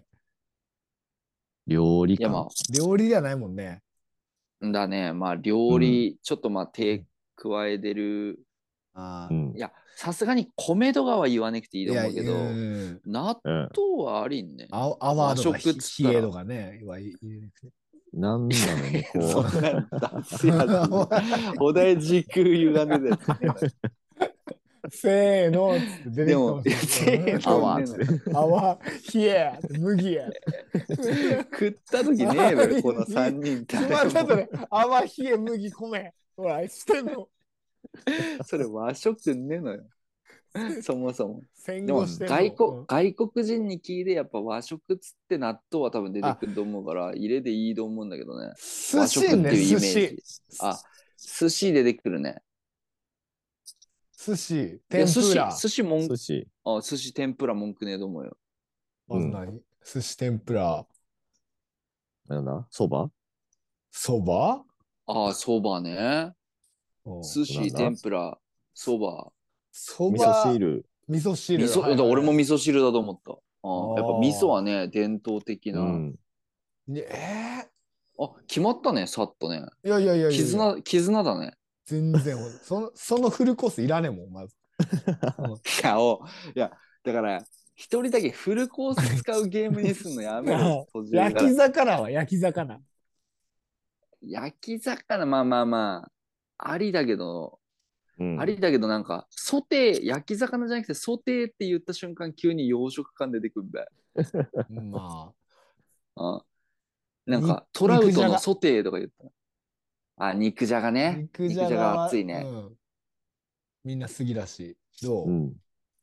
C: 料理
B: いや、ま
C: か。
A: 料理じゃないもんね。
B: あ、だね。まあ、料理、ちょっとまあ、手加えてる。
A: ああ、
C: うん
B: い。や、さすがに米とかは言わなくていいと思うけ
A: いや、
B: ど、
A: うん
B: 納
C: うん。
B: 豆はありんね。
A: あ泡とか
B: 和食っつったら
A: 冷えとかね。は入れなくて。
C: なんなのね、こ
B: そん
C: う。
B: なん出すやつ。お題時空歪んでたやつねえのよ。
A: せーのっつって出て
B: でも、
A: きたもん。
B: せー
C: あわ
B: のねえのよ。
A: 泡、冷え、麦や。
B: 食った時ねえのよ、このさんにん
A: 決まったとね、泡、冷え、麦、米。ほら、してんの。
B: それ和食ねえのよ。そもそも。
A: 戦
B: でも
A: 後してんの。
B: 外国、
A: うん
B: 外国人に聞いてやっぱ和食っつって納豆は多分出てくると思うから入れでいいと思うんだけどね。
A: 寿
B: 和食
A: 司ね、
B: っていうイメ
A: 寿
B: ージ
A: 司。。
B: あ、寿司出てくるね。
A: 寿司、
B: いや寿司、
A: 天ぷら。
B: 寿司もん
C: 寿司。
B: あ、寿司天ぷら文句ねえと思うよ。
A: あんなに寿司、天ぷら。
C: なんだそば
A: そば
B: ああ、そばね。寿
C: な
B: 司、
C: んだ
B: 天ぷら、そば。
C: 味噌
A: そば、
C: 汁。
A: 味噌汁。
B: 味噌、
A: はいはい
B: だ俺も味噌汁だと思った。あ
A: あー
B: あやっぱ味噌はね、伝統的な。
C: うん。
A: ねえ
B: あ、決まったね、さっとね。
A: ーいやいやいやいやいや。
B: 絆、絆だね。
A: 全然ほんその、そのフルコースいらねえもん、まず。うん
B: いや、お、いや、だから、一人だけフルコース使うゲームにすんのやめろ、途中から
A: 焼き魚は焼き魚。
B: 焼き魚、まあまあまあ、ありだけど、
C: うん
B: ありだけどなんか、ソテー、焼き魚じゃなくてソテーって言った瞬間、急に洋食感出てくるんだよ。
A: まあ。
B: うん。なん
A: に
B: か、トラウ
A: 肉じゃが
B: トのソテーとか言ったら。あ、肉じゃがね。
A: 肉じゃがは
B: 熱いね。
A: うん、みんな好きだし。どう、
C: うん。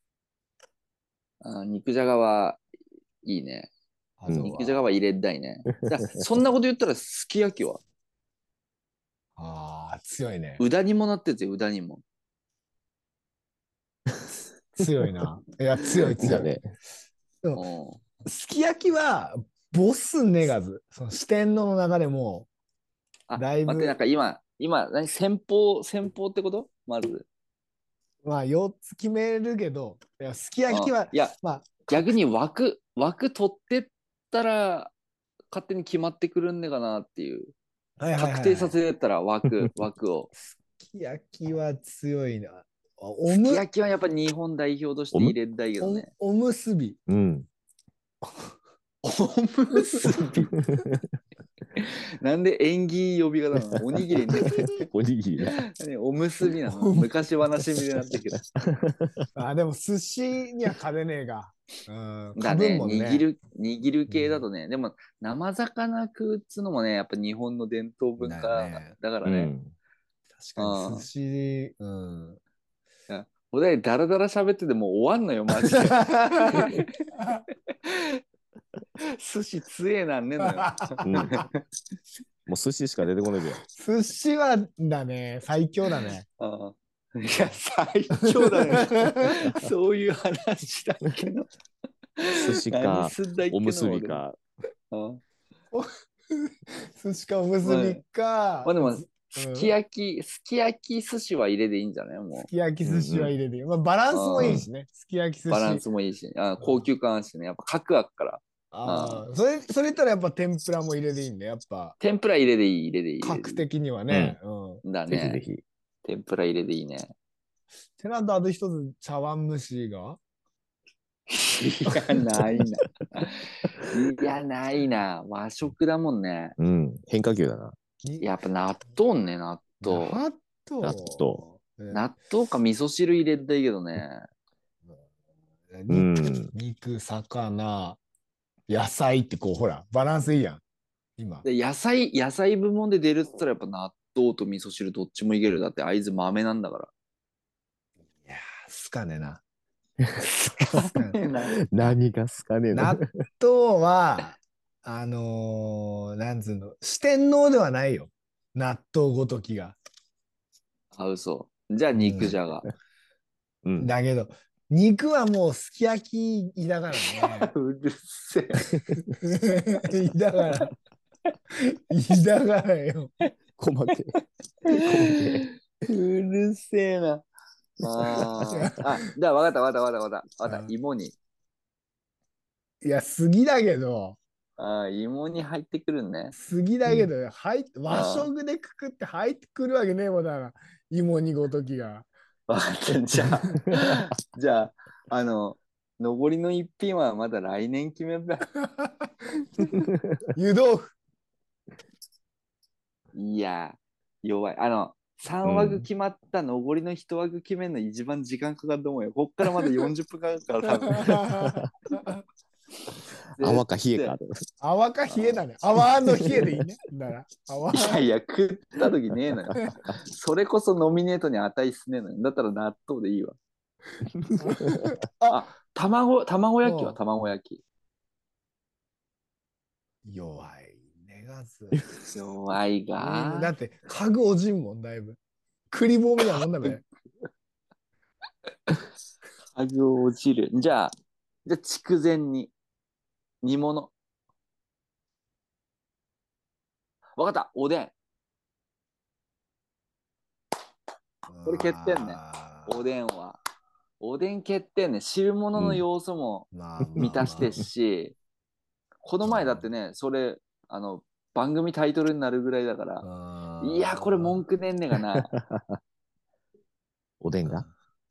B: あ、肉じゃがはいいね。
A: あとは
B: 肉じゃがは入れたいね。だそんなこと言ったら、すき焼きは
A: ああ、強いね。
B: うだにもなってて、うだにも。
A: 強いな。いや、強い強い。
C: だね。
B: うん。
A: すき焼きは、ボスネガズ。その四天王の中でも、
B: あ、
A: だいぶ
B: 待って、なんか今、今、何先方、先方ってことまず。
A: まあよっつ決めるけど、いや、すき焼きは、
B: いや、
A: まあ、
B: 逆に枠、枠取ってったら、勝手に決まってくるんねかなっていう。
A: はいはいはいはい
B: 確定させてったら枠、枠を。
A: すき焼きは強いな。お
B: すき
A: む、
B: 焼きはやっぱ日本代表として入れたいけどね。
A: お、おむすび。
C: うん。
B: おむすび。なんで縁起呼び方なの？おにぎりに。
C: おにぎりだ。
B: 何おむすびなの？昔話みたいになってるけど。
A: あ、でも寿司には勝てねえが。うん、か
B: だね、
A: ぶんもんね。
B: 握る、握る系だとね、でも生魚食うっつうのもね、やっぱ日本の伝統文化
A: だよね
C: う
B: だからね。
C: ん。
A: 確かに寿司、うん。
B: お題だらだら喋っててもう終わんのよ、マジで。寿司強えなんねえのよ。
C: うん。もう寿司しか出てこないじゃん。
A: 寿司はだね、最強だね。
B: ああいや、最強だね。そういう話だけど。
C: 寿司か
B: 何すんだっけな
C: おむすびか。
B: 俺
A: 寿司かおむすびか。
B: まあでも、
A: す
B: すき焼き、すき焼き寿司は入れでいいんじゃないも
A: すき焼き寿司は入れて、まあ、バランスもいいしね。すき焼き寿
B: う。
A: 司。
B: バランスもいいし、あ高級感あるしね。やっぱ角あっから。
A: ああ、それ、それ言ったらやっぱ天ぷらも入れていいんだよ。やっぱ、
B: 天ぷら入れでいい、入れでいい。
A: 格的にはね。うん。
B: だね。
C: ぜひぜひ。
B: 天ぷら入れでいいね。
A: てなんとあと一つ、茶碗蒸しが
B: いや、ないな。いや、ないな。和食だもんね。
C: うん。変化球だな。
B: やっぱ納豆ね、納豆。
A: 納豆。
C: 納豆
A: ね
B: 納豆か味噌汁入れたいけどね。
C: う
A: 肉、
C: ん。
A: 肉、魚、野菜ってこう、ほら、バランスいいやん。今。
B: で野菜、野菜部門で出るっつったらやっぱ納豆と味噌汁どっちもいける。だって会津豆なんだから。
A: いやー、すかねな。
C: 何がすかねえ
A: 納
C: な。
A: 豆は、あのー、なんつうの、四天王ではないよ。納豆ごときが。
B: あ、嘘。じゃあ肉じゃが。
C: うん。
A: だけど、肉はもうすき焼きだからね。
B: うるせえ。
A: だから、だからよ。
C: 細けえ。
B: うるせえな。あーあ、じゃあ分かった分かった分かった分かった。分かった。芋に。
A: いや、杉だけど、
B: ああ、芋に入ってくるね。
A: 杉だけど、入っ和食でくくって入ってくるわけねえもんだから、芋にごときが。
B: 分かった。じゃあ、じゃあ、あの、残りの一品はまだ来年決める。
A: 湯豆腐。
B: いや、弱い。あの、さん枠決まった残りのいち枠決めるの一番時間かかると思うよ。こっからまだよんじゅっぷんかかるから多分。
C: 泡か冷えか。
A: 泡か冷えだね。泡の冷えでいいね。だから、泡。
B: いやいや、食った時ねえのよ。それこそノミネートに値すねえのよ。だったら納豆でいいわ。あ、卵、卵焼きは
A: うん
B: 卵焼き。
A: 弱いねがず。
B: 弱いが。
A: だって、家具おじんもん、だいぶ。クリボーみたいなもんだべ。
B: 家具落ちる。じゃあ、じゃあ筑前煮。煮物。わかった。おでん。これ欠点ね
A: あー
B: おでんは。おでん欠点ね。汁物の要素も
A: まあまあまあ
B: 満たしてし、この前だってね、それ、あの、番組タイトルになるぐらいだから、
A: あー
B: いや、これ文句ねんねがな。
C: おでんが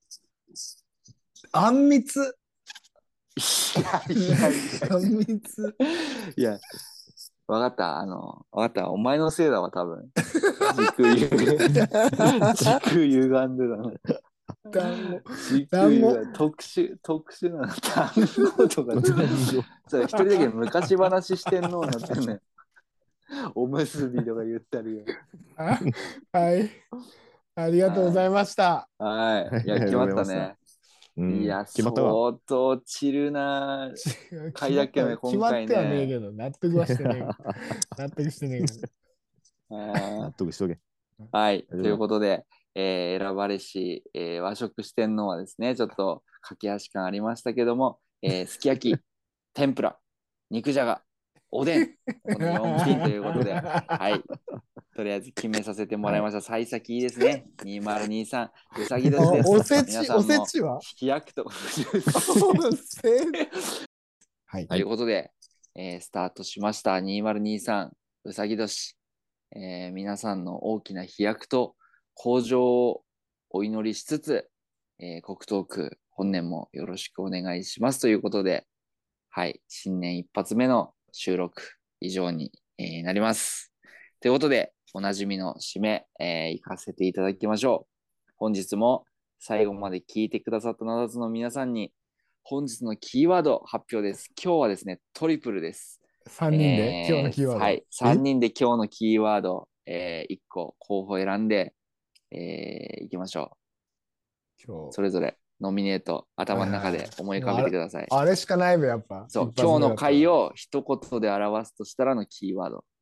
A: あんみつ。
B: いやいやい
A: あんみつ。
B: や、いや、わかった。あの、わかった。お前のせいだわ、多分。時空ゆ時空歪んでたの。
A: 単語。
B: 時
A: 単語
B: 空が特殊、特殊な単語とか。そう、一人だけ昔話してんのになってんねん。おむすびとか言ったりよ。
A: あはい。ありがとうございました。
B: はい。いや、
C: あり
B: 決まった
C: がとうございました
B: ね。
C: うん
B: いや、
C: 決まったわ。
B: 相当チルな回だっけね、
A: 決まっ
B: 今回
A: てはねえ
B: ね。
A: けど、納得はしてねえけど。納得してねえけど。
B: あ
C: 納得しとけ。
B: ーはい。
C: 大丈夫だ
B: ということで、えー選ばれし、えー和食四天王はですね、ちょっと駆け足感ありましたけども、えーすき焼き、天ぷら、肉じゃが、おでん、このよん品ということで、はい。とりあえず決めさせてもらいました。幸先いいですね。にせんにじゅうさん、うさぎ年です。
A: おせち、お
B: 皆さんも
A: せちは
B: 飛躍と。
A: おせはい。
B: ということで、えースタートしました。にせんにじゅうさん、うさぎ年。えー皆さんの大きな飛躍と向上をお祈りしつつ、えー、国トーク本年もよろしくお願いしますということで、はい、新年一発目の収録以上に、えーなります。ということで、おなじみの締め、えー行かせていただきましょう。本日も最後まで聞いてくださったなだつの皆さんに、本日のキーワード発表です。今日はですね、トリプルです。
A: さんにんで、
B: えー
A: 今日のキーワード。
B: はい、さんにんで今日のキーワード、えー、いっこ候補選んで、えー、いきましょう。
A: 今日
B: それぞれノミネート、頭の中で思い浮かべてください。
A: あれしかないべ、やっぱ。
B: そう、
A: 一発目だったら
B: 今日の回を一言で表すとしたらのキーワード。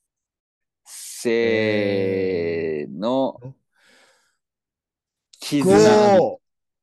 B: せーの、絆。
A: ゴ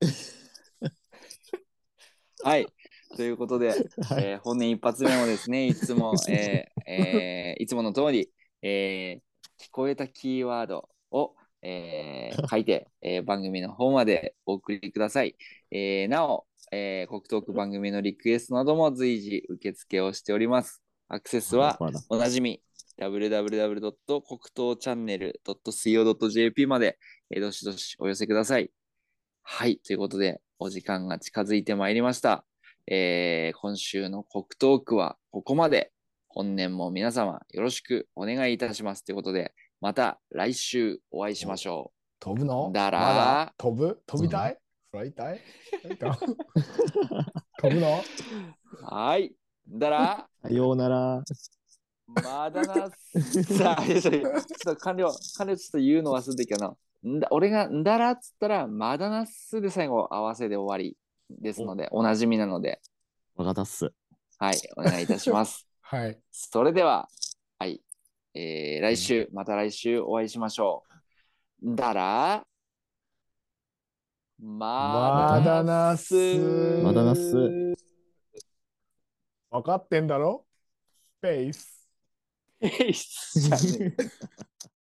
B: はい。ということで、
C: はい
B: えー本年一発目もですね、いつも、えーえーいつもの通り、えー聞こえたキーワードを、えー書いて、えー番組の方までお送りください。えーなお、えー、国トーク番組のリクエストなども随時受付をしております。アクセスは
C: まだ
B: おなじみ ダブリュダブリュダブリュドット国東チャンネルドットシーオードットジェーピー まで、えーどしどしお寄せください。はい、ということで、お時間が近づいてまいりました。えー今週の国トークはここまで。本年も皆様よろしくお願いいたします。ということで、また来週お会いしましょ
A: 飛ぶの
B: だら
A: まだ飛ぶ飛びたいフライたい飛ぶの
B: う。はい。だら、
C: さようなら。
B: まだなっさあ、ちょっと完了、完了ちょっと言うの忘れてたけど、んだ俺がんだらっつったら、まだなっすで最後合わせで終わりですので、おなじみなので、
C: わかったっす。
B: はい、お願いいたします。
A: はい。
B: それでは、はい、えー来週、また来週お会いしましょう。だら、ま
A: まだ
B: だなっ
A: なっす
B: す。
C: まだなっす。
A: 分かってんだろペース。
B: えいっすじゃねえ